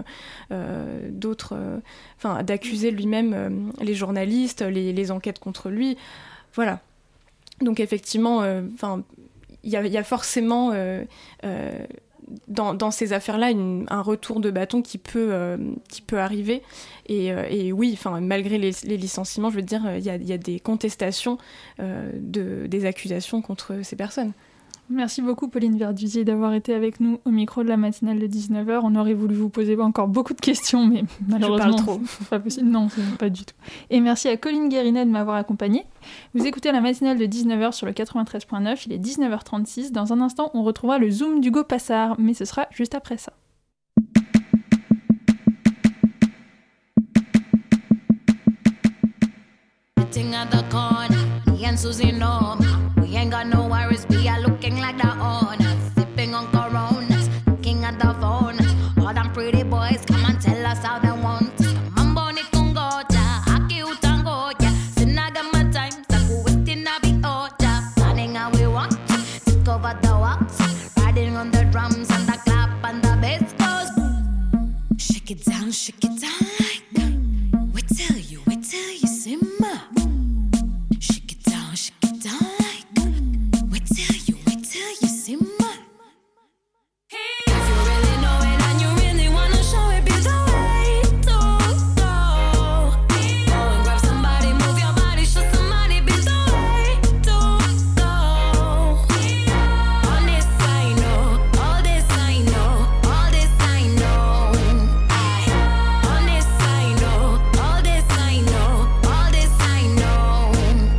Speaker 9: d'accuser lui-même les journalistes, les enquêtes contre lui, voilà. Donc effectivement, il y a forcément dans ces affaires-là un retour de bâton qui peut arriver, et oui, malgré les licenciements, je veux dire, il y a des contestations des accusations contre ces personnes.
Speaker 6: Merci beaucoup Pauline Verdusier d'avoir été avec nous au micro de la matinale de 19h. On aurait voulu vous poser encore beaucoup de questions, mais malheureusement,
Speaker 9: je parle trop.
Speaker 6: C'est pas possible. Non, c'est pas du tout. Et merci à Colline Guérinet de m'avoir accompagnée. Vous écoutez la matinale de 19h sur le 93.9, il est 19h36. Dans un instant, on retrouvera le Zoom d'Hugo Passard, mais ce sera juste après ça.
Speaker 13: We ain't got no worries, we are looking like the owners, sipping on Coronas, looking at the phone. All them pretty boys come and tell us how they want. Mambo ni kungoja, aki utangoja. Sinaga my time, saku waiting na be oja. Planning how we want, take over the walks, riding on the drums and the clap and the bass goes boom. Shake it down like that. We tell you, simmer. Shake it down like that. We tell you, simmer. If you really know it and you really wanna show it, be the way to go. Go and grab somebody, move your body, show somebody, be the way to go. On this I know, all this I know, all this I know. On this I know, all this I know, all this I know.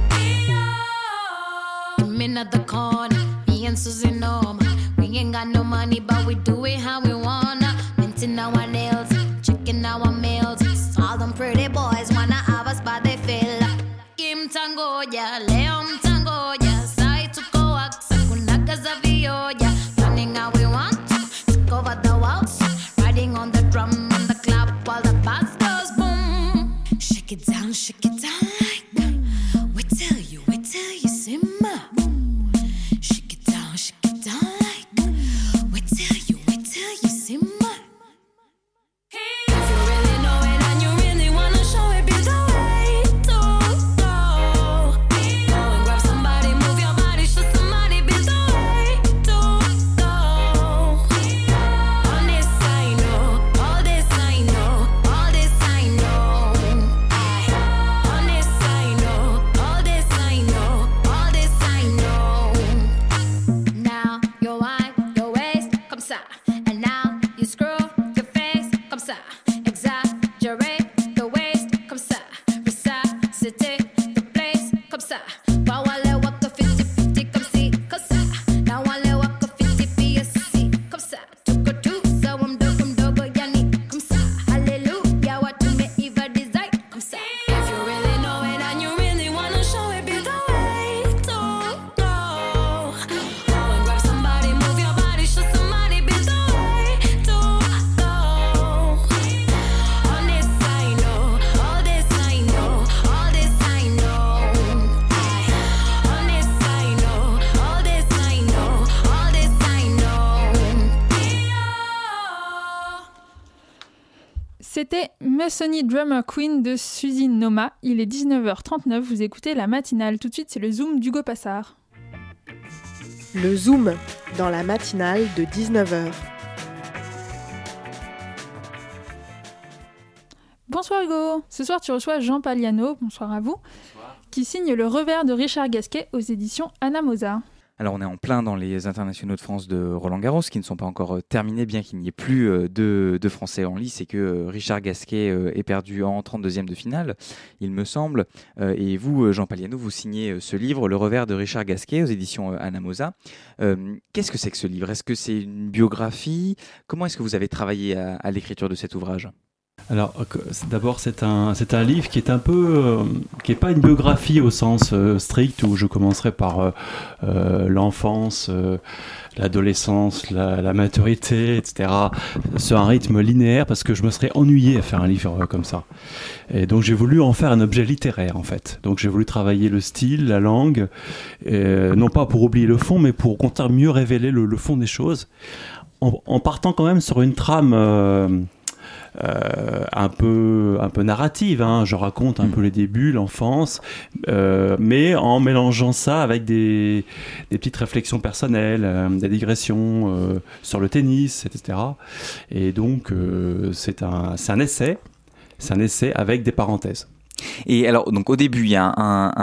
Speaker 13: I'm in at the corner, me and Susie Norma. We ain't got no money, but we do it how we wanna. Minting our nails, checking our meals. All them pretty boys wanna have us, but they feel. Kim Tangoya, Leon Tangoya, Sai to coax, Kunaga Zavioya. Planning how we want to, take over the walls. Riding on the drum and the clap while the bass goes boom. Shake it down like that. We tell you, simmer. Shake it down like that. We tell you,
Speaker 6: C'était Masony Drummer Queen de Suzy Noma. Il est 19h39, vous écoutez la matinale. Tout de suite, c'est le Zoom d'Hugo Passard.
Speaker 14: Le Zoom, dans la matinale de 19h.
Speaker 6: Bonsoir Hugo. Ce soir, tu reçois Jean Palliano, bonsoir à vous, qui signe le revers de Richard Gasquet aux éditions Anna Mosa.
Speaker 15: Alors on est en plein dans les internationaux de France de Roland-Garros qui ne sont pas encore terminés, bien qu'il n'y ait plus de Français en lice et que Richard Gasquet est perdu en 32e de finale, il me semble. Et vous, Jean Palliano, vous signez ce livre, Le revers de Richard Gasquet, aux éditions Anna Mosa. Qu'est-ce que c'est que ce livre ? Est-ce que c'est une biographie ? Comment est-ce que vous avez travaillé à l'écriture de cet ouvrage ?
Speaker 16: Alors, d'abord, c'est un livre qui est un peu, qui est pas une biographie au sens strict où je commencerai par l'enfance, l'adolescence, la maturité, etc. sur un rythme linéaire parce que je me serais ennuyé à faire un livre comme ça. Et donc, j'ai voulu en faire un objet littéraire, en fait. Donc, j'ai voulu travailler le style, la langue, non pas pour oublier le fond, mais pour mieux révéler le fond des choses, en partant quand même sur une trame un peu narrative, hein. Je raconte un peu les débuts, l'enfance, mais en mélangeant ça avec des petites réflexions personnelles, des digressions sur le tennis, etc. Et donc c'est un essai avec des parenthèses.
Speaker 15: Et alors, donc au début, il y a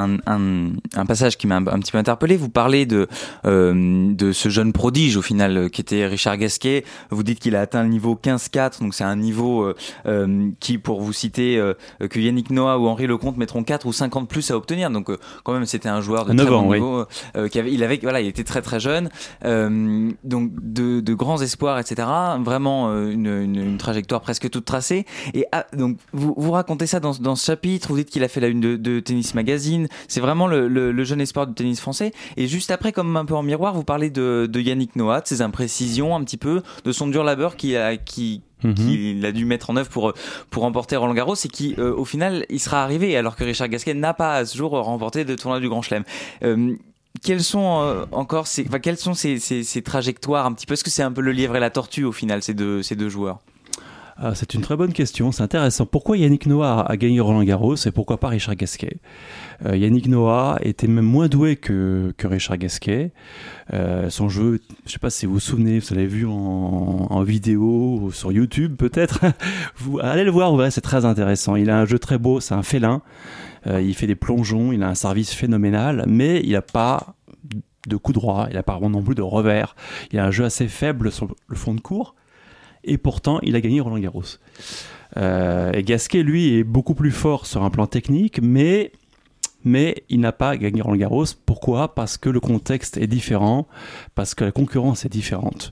Speaker 15: un passage qui m'a un petit peu interpellé. Vous parlez de ce jeune prodige, au final, qui était Richard Gasquet. Vous dites qu'il a atteint le niveau 15-4, donc c'est un niveau qui, pour vous citer, que Yannick Noah ou Henri Lecomte mettront 4 ou 5 ans de plus à obtenir. Donc quand même, c'était un joueur de très bon niveau. Il était très très jeune. Donc de grands espoirs, etc. Vraiment une trajectoire presque toute tracée. Et donc vous racontez ça dans ce chapitre. Vous dites qu'il a fait la une de Tennis Magazine. C'est vraiment le jeune espoir du tennis français. Et juste après, comme un peu en miroir, vous parlez de Yannick Noah, de ses imprécisions un petit peu, de son dur labeur qu'il a dû mettre en œuvre pour remporter Roland-Garros et qui, au final, il sera arrivé alors que Richard Gasquet n'a pas à ce jour remporté de tournoi du Grand Chelem. Quelles sont quelles sont ces trajectoires un petit peu ? Est-ce que c'est un peu le lièvre et la tortue au final, ces deux joueurs ?
Speaker 16: C'est une très bonne question, c'est intéressant. Pourquoi Yannick Noah a gagné Roland-Garros et pourquoi pas Richard Gasquet ? Yannick Noah était même moins doué que Richard Gasquet. Son jeu, je ne sais pas si vous vous souvenez, vous l'avez vu en vidéo sur YouTube peut-être. Vous allez le voir, ouais, c'est très intéressant. Il a un jeu très beau, c'est un félin. Il fait des plongeons, il a un service phénoménal, mais il n'a pas de coup droit, il n'a pas non plus de revers. Il a un jeu assez faible sur le fond de court. Et pourtant, il a gagné Roland-Garros. Et Gasquet, lui, est beaucoup plus fort sur un plan technique, mais il n'a pas gagné Roland-Garros. Pourquoi ? Parce que le contexte est différent, parce que la concurrence est différente.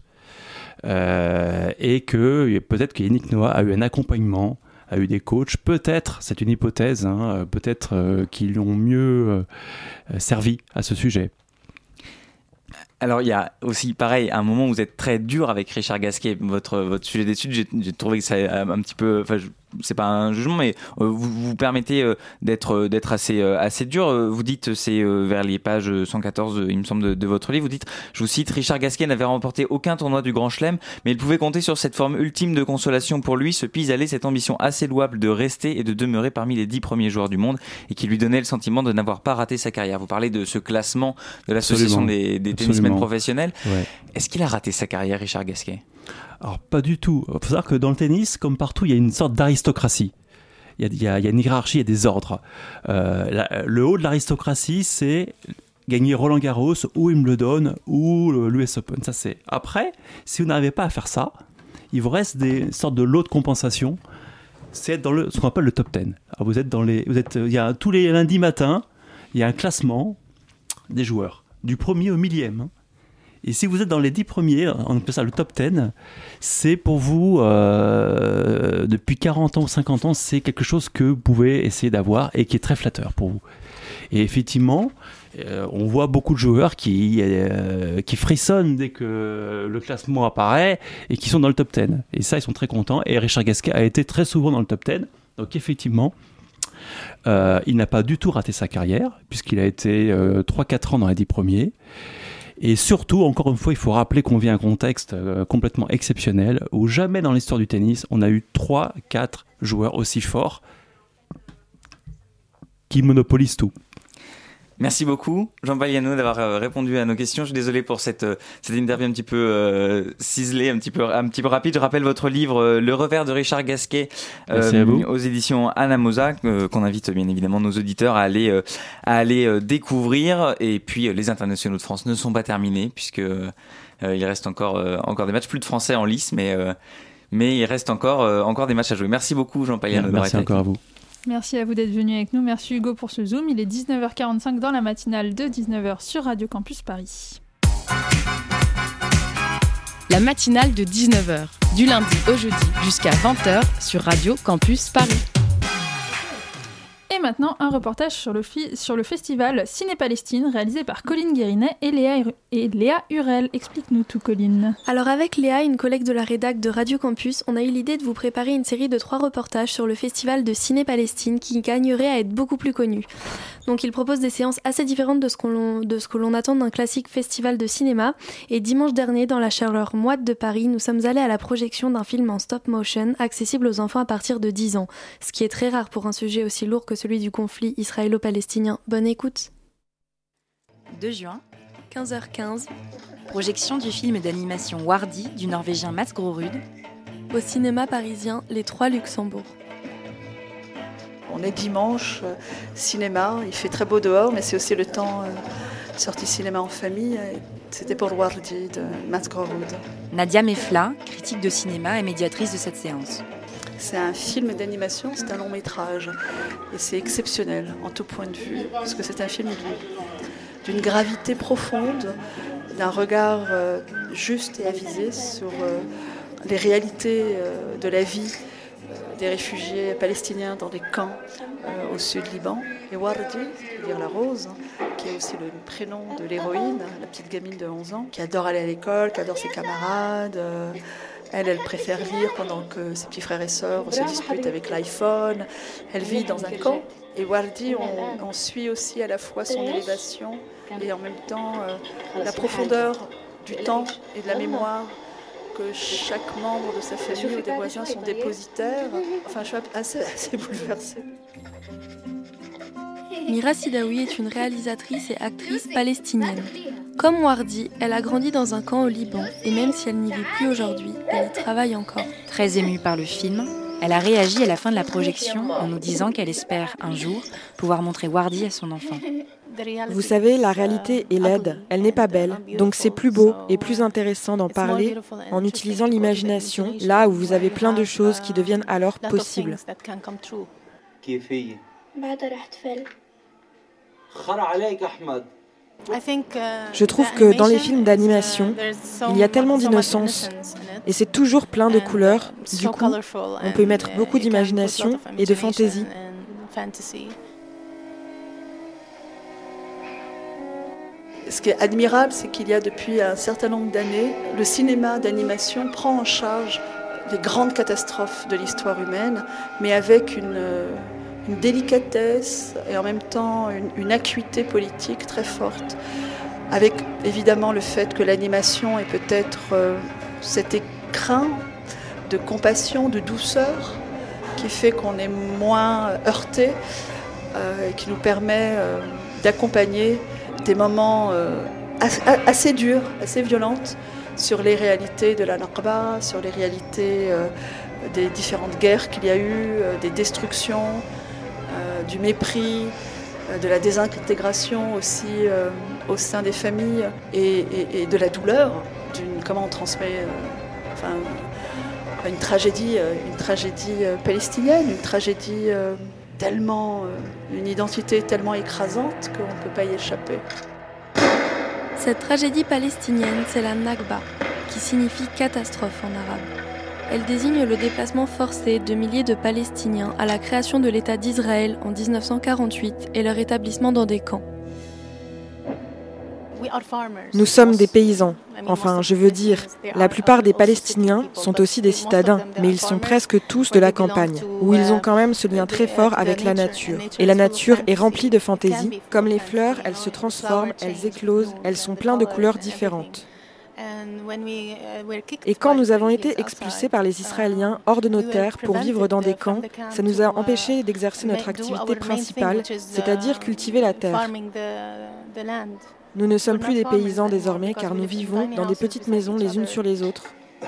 Speaker 16: Et que peut-être que Yannick Noah a eu un accompagnement, a eu des coachs, peut-être, c'est une hypothèse, hein, peut-être qu'ils lui ont mieux servi à ce sujet.
Speaker 15: Alors il y a aussi pareil un moment où vous êtes très dur avec Richard Gasquet, votre sujet d'étude, j'ai trouvé que ça un petit peu, c'est pas un jugement, mais vous permettez d'être assez dur. Vous dites, c'est vers les pages 114, il me semble, de votre livre, vous dites, je vous cite, Richard Gasquet n'avait remporté aucun tournoi du Grand Chelem, mais il pouvait compter sur cette forme ultime de consolation pour lui, ce pis-aller, cette ambition assez louable de rester et de demeurer parmi les 10 premiers joueurs du monde et qui lui donnait le sentiment de n'avoir pas raté sa carrière. Vous parlez de ce classement de l'association des tennismen professionnels. Ouais. Est-ce qu'il a raté sa carrière, Richard Gasquet ?
Speaker 16: Alors pas du tout. Il faut savoir que dans le tennis, comme partout, il y a une sorte d'aristocratie. Il y a une hiérarchie, il y a des ordres. Le haut de l'aristocratie, c'est gagner Roland-Garros ou Wimbledon ou l'US Open. Ça, c'est après. Si vous n'arrivez pas à faire ça, il vous reste des sortes de lots de compensation. C'est être dans ce qu'on appelle le top 10. Alors il y a tous les lundis matins, il y a un classement des joueurs du premier au millième. Et si vous êtes dans les 10 premiers, on appelle ça le top 10, c'est pour vous, depuis 40 ans ou 50 ans, c'est quelque chose que vous pouvez essayer d'avoir et qui est très flatteur pour vous. Et effectivement, on voit beaucoup de joueurs qui frissonnent dès que le classement apparaît et qui sont dans le top 10. Et ça, ils sont très contents. Et Richard Gasquet a été très souvent dans le top 10. Donc effectivement, il n'a pas du tout raté sa carrière, puisqu'il a été 3-4 ans dans les 10 premiers. Et surtout, encore une fois, il faut rappeler qu'on vit un contexte complètement exceptionnel où jamais dans l'histoire du tennis, on a eu 3-4 joueurs aussi forts qui monopolisent tout.
Speaker 15: Merci beaucoup, Jean-Paul Yano, d'avoir répondu à nos questions. Je suis désolé pour cette interview un petit peu ciselée, un petit peu rapide. Je rappelle votre livre Le revers de Richard Gasquet aux éditions Anamosa, qu'on invite bien évidemment nos auditeurs à aller découvrir. Et puis les internationaux de France ne sont pas terminés puisque il reste encore des matchs, plus de Français en lice, mais il reste encore des matchs à jouer. Merci beaucoup, Jean-Paul Yano.
Speaker 16: Merci encore à vous.
Speaker 6: Merci à vous d'être venu avec nous. Merci Hugo pour ce Zoom. Il est 19h45 dans la matinale de 19h sur Radio Campus Paris.
Speaker 1: La matinale de 19h, du lundi au jeudi jusqu'à 20h sur Radio Campus Paris.
Speaker 6: Et maintenant, un reportage sur le festival Ciné-Palestine réalisé par Colline Guérinet et Léa Hurel. Explique-nous tout, Colline.
Speaker 8: Alors avec Léa, une collègue de la rédac de Radio Campus, on a eu l'idée de vous préparer une série de 3 reportages sur le festival de Ciné-Palestine qui gagnerait à être beaucoup plus connu. Donc il propose des séances assez différentes de ce que l'on attend d'un classique festival de cinéma. Et dimanche dernier, dans la chaleur moite de Paris, nous sommes allés à la projection d'un film en stop motion accessible aux enfants à partir de 10 ans. Ce qui est très rare pour un sujet aussi lourd que celui du conflit israélo-palestinien. Bonne écoute.
Speaker 17: 2 juin,
Speaker 8: 15h15.
Speaker 17: Projection du film d'animation Wardi du Norvégien Mats Grorud.
Speaker 8: Au cinéma parisien Les 3 Luxembourg.
Speaker 18: On est dimanche, cinéma, il fait très beau dehors, mais c'est aussi le temps sortie cinéma en famille. C'était pour Wardi de Mats Grorud.
Speaker 17: Nadia Mefla, critique de cinéma et médiatrice de cette séance.
Speaker 18: C'est un film d'animation, c'est un long métrage. Et c'est exceptionnel en tout point de vue, parce que c'est un film d'une gravité profonde, d'un regard juste et avisé sur les réalités de la vie des réfugiés palestiniens dans des camps au sud Liban. Et Wardi, c'est-à-dire la rose, qui est aussi le prénom de l'héroïne, la petite gamine de 11 ans, qui adore aller à l'école, qui adore ses camarades. Elle préfère lire pendant que ses petits frères et sœurs se disputent avec l'iPhone. Elle vit dans un camp. Et Wardi, on suit aussi à la fois son élévation et en même temps la profondeur du temps et de la mémoire que chaque membre de sa famille ou des voisins sont dépositaires. Enfin, je suis assez bouleversée.
Speaker 8: Mira Sidaoui est une réalisatrice et actrice palestinienne. Comme Wardi, elle a grandi dans un camp au Liban et même si elle n'y vit plus aujourd'hui, elle y travaille encore.
Speaker 17: Très émue par le film, elle a réagi à la fin de la projection en nous disant qu'elle espère un jour pouvoir montrer Wardi à son enfant.
Speaker 14: Vous savez, la réalité est laide, elle n'est pas belle, donc c'est plus beau et plus intéressant d'en parler en utilisant l'imagination, là où vous avez plein de choses qui deviennent alors possibles. Je trouve que dans les films d'animation, il y a tellement d'innocence et c'est toujours plein de couleurs. Du coup, on peut y mettre beaucoup d'imagination et de fantaisie.
Speaker 18: Ce qui est admirable, c'est qu'il y a depuis un certain nombre d'années, le cinéma d'animation prend en charge les grandes catastrophes de l'histoire humaine, mais avec une délicatesse et en même temps une acuité politique très forte, avec évidemment le fait que l'animation est peut-être cet écrin de compassion, de douceur, qui fait qu'on est moins heurté et qui nous permet d'accompagner des moments assez durs, assez violentes sur les réalités de la Nakba, sur les réalités des différentes guerres qu'il y a eu, des destructions, du mépris, de la désintégration aussi au sein des familles et de la douleur, comment on transmet une tragédie palestinienne, une tragédie une identité tellement écrasante qu'on ne peut pas y échapper.
Speaker 8: Cette tragédie palestinienne, c'est la Nakba, qui signifie catastrophe en arabe. Elle désigne le déplacement forcé de milliers de Palestiniens à la création de l'État d'Israël en 1948 et leur établissement dans des camps.
Speaker 14: Nous sommes des paysans. Enfin, je veux dire, la plupart des Palestiniens sont aussi des citadins, mais ils sont presque tous de la campagne, où ils ont quand même ce lien très fort avec la nature. Et la nature est remplie de fantaisie. Comme les fleurs, elles se transforment, elles éclosent, elles sont pleines de couleurs différentes. Et quand nous avons été expulsés par les Israéliens hors de nos terres pour vivre dans des camps, ça nous a empêchés d'exercer notre activité principale, c'est-à-dire cultiver la terre. Nous ne sommes plus des paysans désormais car nous vivons dans des petites maisons les unes sur les autres.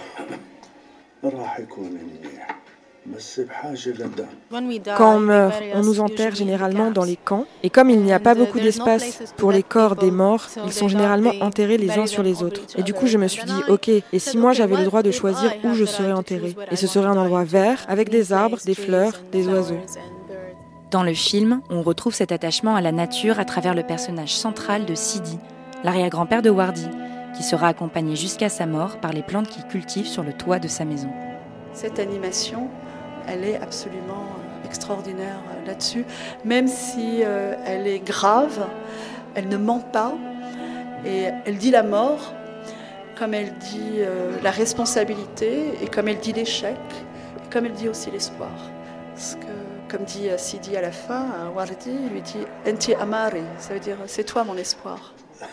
Speaker 14: Quand on meurt, on nous enterre généralement dans les camps, et comme il n'y a pas beaucoup d'espace pour les corps des morts, ils sont généralement enterrés les uns sur les autres. Et du coup, je me suis dit, ok, et si moi j'avais le droit de choisir où je serais enterré? Et ce serait un endroit vert, avec des arbres, des fleurs, des oiseaux.
Speaker 17: Dans le film, on retrouve cet attachement à la nature à travers le personnage central de Sidi, l'arrière-grand-père de Wardi, qui sera accompagné jusqu'à sa mort par les plantes qu'il cultive sur le toit de sa maison.
Speaker 18: Cette animation, elle est absolument extraordinaire là-dessus, même si elle est grave, elle ne ment pas, et elle dit la mort, comme elle dit la responsabilité, et comme elle dit l'échec, et comme elle dit aussi l'espoir. Parce que, comme dit Sidi à la fin, Wardi lui dit « Enti amari », ça veut dire « c'est toi mon espoir ».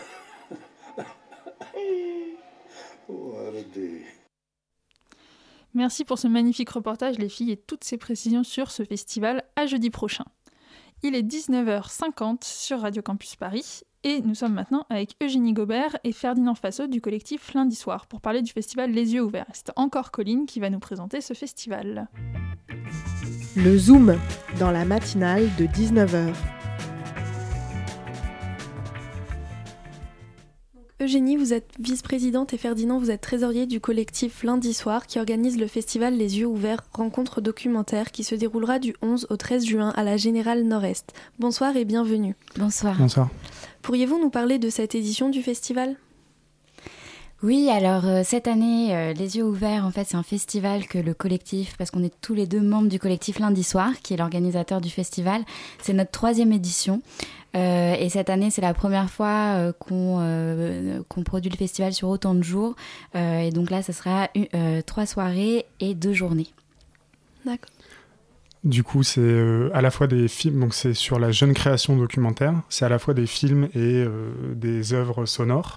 Speaker 6: Merci pour ce magnifique reportage, les filles, et toutes ces précisions sur ce festival. À jeudi prochain. Il est 19h50 sur Radio Campus Paris et nous sommes maintenant avec Eugénie Gobert et Ferdinand Fassot du collectif Lundi Soir pour parler du festival Les Yeux Ouverts. C'est encore Colline qui va nous présenter ce festival.
Speaker 19: Le Zoom dans la matinale de 19h.
Speaker 8: Eugénie, vous êtes vice-présidente et Ferdinand, vous êtes trésorier du collectif Lundi Soir qui organise le festival Les Yeux Ouverts, rencontre documentaire qui se déroulera du 11 au 13 juin à la Générale Nord-Est. Bonsoir et bienvenue.
Speaker 17: Bonsoir.
Speaker 20: Bonsoir.
Speaker 8: Pourriez-vous nous parler de cette édition du festival ?
Speaker 17: Oui, alors cette année, Les Yeux Ouverts, en fait, c'est un festival que le collectif, parce qu'on est tous les deux membres du collectif Lundi Soir, qui est l'organisateur du festival, c'est notre 3e édition. Et cette année, c'est la première fois qu'on produit le festival sur autant de jours. Et donc là, ça sera 3 soirées et 2 journées.
Speaker 8: D'accord.
Speaker 20: Du coup, c'est à la fois des films, donc c'est sur la jeune création documentaire, c'est à la fois des films et des œuvres sonores.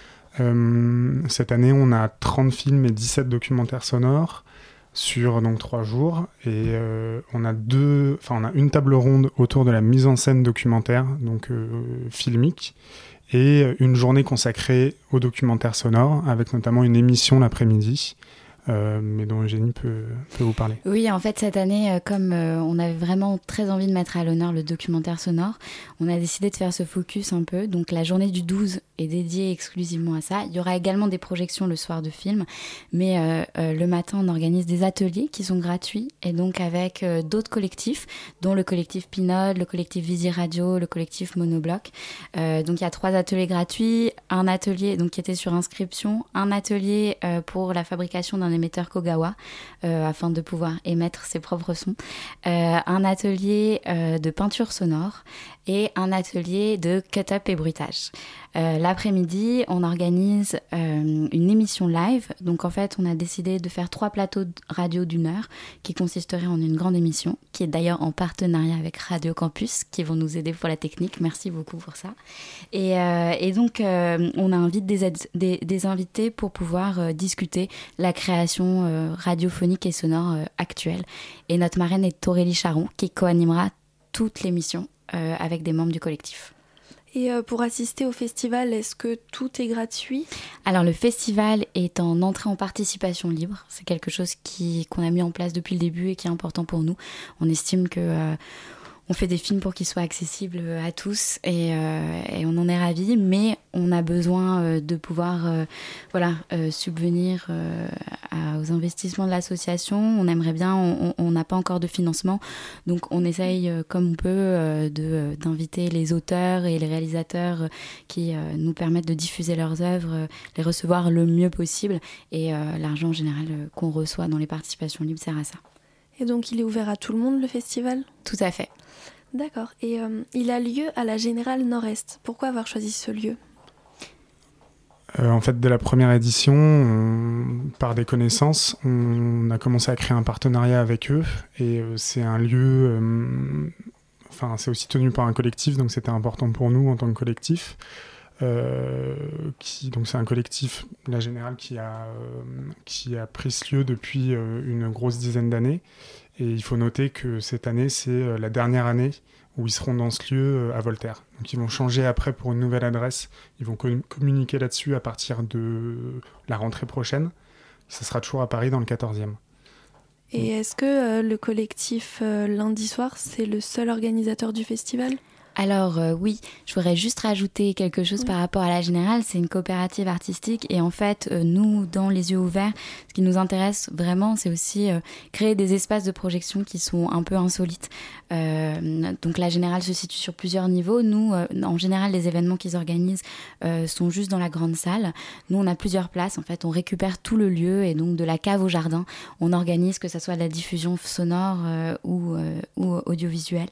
Speaker 20: Cette année, on a 30 films et 17 documentaires sonores sur donc 3 jours et on a une table ronde autour de la mise en scène documentaire, donc filmique, et une journée consacrée au documentaire sonore avec notamment une émission l'après-midi. Mais dont Eugénie peut vous parler.
Speaker 17: Oui, en fait, cette année, comme on avait vraiment très envie de mettre à l'honneur le documentaire sonore, on a décidé de faire ce focus un peu. Donc, la journée du 12 est dédiée exclusivement à ça. Il y aura également des projections le soir de films, mais le matin, on organise des ateliers qui sont gratuits, et donc avec d'autres collectifs, dont le collectif Pinode, le collectif Visi Radio, le collectif Monobloc. Donc, il y a 3 ateliers gratuits, un atelier donc, qui était sur inscription, un atelier pour la fabrication d'un émetteur Kogawa afin de pouvoir émettre ses propres sons, un atelier de peinture sonore et un atelier de cut-up et bruitage. L'après-midi, on organise une émission live. Donc en fait, on a décidé de faire 3 plateaux de radio d'1 heure qui consisteraient en une grande émission, qui est d'ailleurs en partenariat avec Radio Campus, qui vont nous aider pour la technique. Merci beaucoup pour ça. Et donc, on invite des invités pour pouvoir discuter la création radiophonique et sonore actuelle. Et notre marraine est Aurélie Charon, qui co-animera toute l'émission avec des membres du collectif.
Speaker 8: Et pour assister au festival, est-ce que tout est gratuit ?
Speaker 17: Alors le festival est en entrée en participation libre. C'est quelque chose qu'on a mis en place depuis le début et qui est important pour nous. On estime que on fait des films pour qu'ils soient accessibles à tous et on en est ravis, mais on a besoin de pouvoir subvenir aux investissements de l'association. On aimerait bien, on n'a pas encore de financement, donc on essaye comme on peut d'inviter les auteurs et les réalisateurs qui nous permettent de diffuser leurs œuvres, les recevoir le mieux possible, et l'argent en général qu'on reçoit dans les participations libres sert à ça.
Speaker 8: Et donc il est ouvert à tout le monde, le festival ?
Speaker 17: Tout à fait.
Speaker 8: D'accord. Et il a lieu à la Générale Nord-Est. Pourquoi avoir choisi ce lieu ?
Speaker 20: En fait, dès la première édition, par des connaissances, on a commencé à créer un partenariat avec eux. Et c'est un lieu... c'est aussi tenu par un collectif, donc c'était important pour nous en tant que collectif. Donc c'est un collectif, la Générale, qui a pris ce lieu depuis une grosse dizaine d'années. Et il faut noter que cette année, c'est la dernière année où ils seront dans ce lieu à Voltaire. Donc ils vont changer après pour une nouvelle adresse. Ils vont communiquer là-dessus à partir de la rentrée prochaine. Ça sera toujours à Paris dans le 14e.
Speaker 8: Et est-ce que le collectif Lundi Soir, c'est le seul organisateur du festival ?
Speaker 17: Alors oui, je voudrais juste rajouter quelque chose par rapport à la Générale. C'est une coopérative artistique et en fait, nous, dans Les Yeux Ouverts, ce qui nous intéresse vraiment, c'est aussi créer des espaces de projection qui sont un peu insolites. Donc la Générale se situe sur plusieurs niveaux. Nous, en général, les événements qu'ils organisent sont juste dans la grande salle. Nous, on a plusieurs places. En fait, on récupère tout le lieu et donc de la cave au jardin, on organise que ça soit de la diffusion sonore ou audiovisuelle.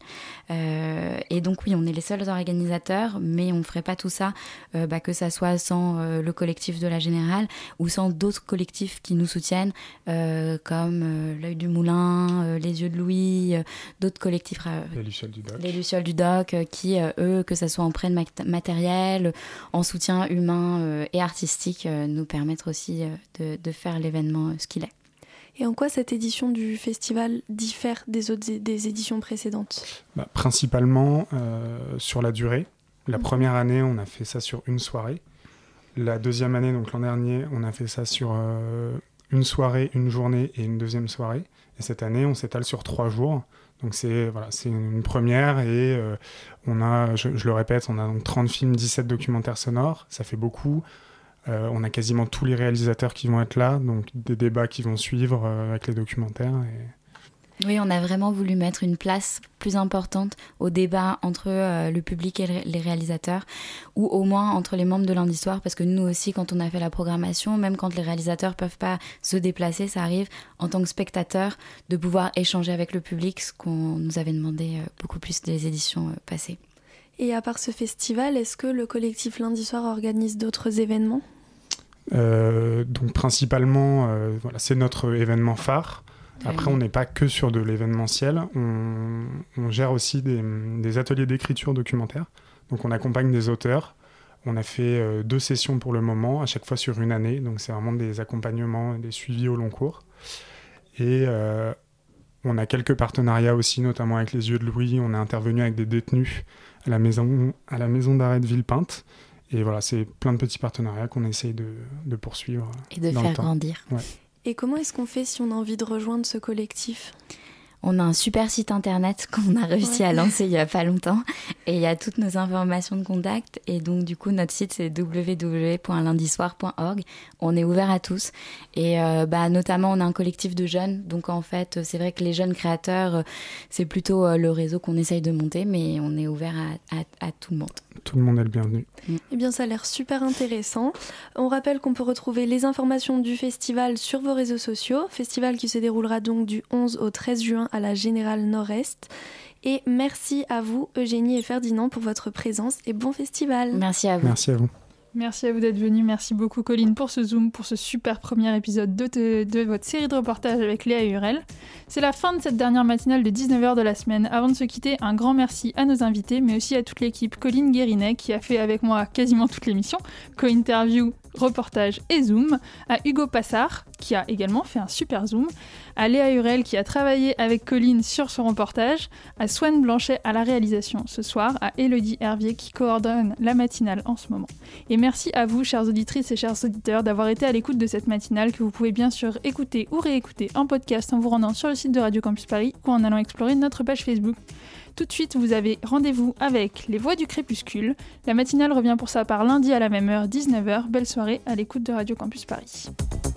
Speaker 17: Et donc oui, on est les seuls organisateurs, mais on ne ferait pas tout ça, que ça soit sans le collectif de la Générale ou sans d'autres collectifs qui nous soutiennent, comme l'Œil du Moulin, Les Yeux de Louis, d'autres collectifs. Les Lucioles du Doc, qui, eux, que ça soit en prêt de matériel, en soutien humain et artistique, nous permettent aussi de faire l'événement ce qu'il est.
Speaker 8: Et en quoi cette édition du festival diffère des éditions précédentes ?
Speaker 20: Principalement sur la durée. La première année, on a fait ça sur une soirée. La deuxième année, donc l'an dernier, on a fait ça sur une soirée, une journée et une deuxième soirée. Et cette année, on s'étale sur 3 jours. Donc c'est une première et on a, je le répète, on a donc 30 films, 17 documentaires sonores. Ça fait beaucoup. On a quasiment tous les réalisateurs qui vont être là, donc des débats qui vont suivre avec les documentaires.
Speaker 17: Oui, on a vraiment voulu mettre une place plus importante au débat entre le public et les réalisateurs, ou au moins entre les membres de Lundi Soir, parce que nous aussi, quand on a fait la programmation, même quand les réalisateurs peuvent pas se déplacer, ça arrive en tant que spectateur de pouvoir échanger avec le public, ce qu'on nous avait demandé beaucoup plus des éditions passées.
Speaker 8: Et à part ce festival, est-ce que le collectif Lundi Soir organise d'autres événements ?
Speaker 20: Donc principalement, c'est notre événement phare. Après, on n'est pas que sur de l'événementiel. On gère aussi des ateliers d'écriture documentaire. Donc on accompagne des auteurs. On a fait 2 sessions pour le moment, à chaque fois sur une année. Donc c'est vraiment des accompagnements et des suivis au long cours. Et on a quelques partenariats aussi, notamment avec Les Yeux de Louis. On est intervenu avec des détenus à la maison d'arrêt de Villepinte. Et voilà, c'est plein de petits partenariats qu'on essaye de poursuivre.
Speaker 17: Et de faire grandir.
Speaker 20: Ouais.
Speaker 8: Et comment est-ce qu'on fait si on a envie de rejoindre ce collectif ?
Speaker 17: On a un super site internet qu'on a réussi à lancer il n'y a pas longtemps. Et il y a toutes nos informations de contact. Et donc, du coup, notre site, c'est www.lundissoir.org. On est ouvert à tous. Et notamment, on a un collectif de jeunes. Donc, en fait, c'est vrai que les jeunes créateurs, c'est plutôt le réseau qu'on essaye de monter. Mais on est ouvert à tout le monde.
Speaker 20: Tout le monde est le bienvenu.
Speaker 8: Eh bien, ça a l'air super intéressant. On rappelle qu'on peut retrouver les informations du festival sur vos réseaux sociaux. Festival qui se déroulera donc du 11 au 13 juin à la Générale Nord-Est. Et merci à vous, Eugénie et Ferdinand, pour votre présence et bon festival.
Speaker 17: Merci à vous.
Speaker 20: Merci à vous.
Speaker 6: Merci à vous d'être venus. Merci beaucoup, Colline, pour ce Zoom, pour ce super premier épisode de votre série de reportages avec Léa et Urel. C'est la fin de cette dernière matinale de 19h de la semaine. Avant de se quitter, un grand merci à nos invités, mais aussi à toute l'équipe. Colline Guérinet, qui a fait avec moi quasiment toute l'émission, co-interview, reportage et Zoom. À Hugo Passard, qui a également fait un super Zoom. À Léa Urel, qui a travaillé avec Colline sur son reportage. À Swan Blanchet à la réalisation ce soir. À Élodie Hervier, qui coordonne la matinale en ce moment. Et merci à vous, chères auditrices et chers auditeurs, d'avoir été à l'écoute de cette matinale que vous pouvez bien sûr écouter ou réécouter en podcast en vous rendant sur le site de Radio Campus Paris ou en allant explorer notre page Facebook. Tout de suite, vous avez rendez-vous avec Les Voix du Crépuscule. La matinale revient pour sa part lundi à la même heure, 19h. Belle soirée à l'écoute de Radio Campus Paris.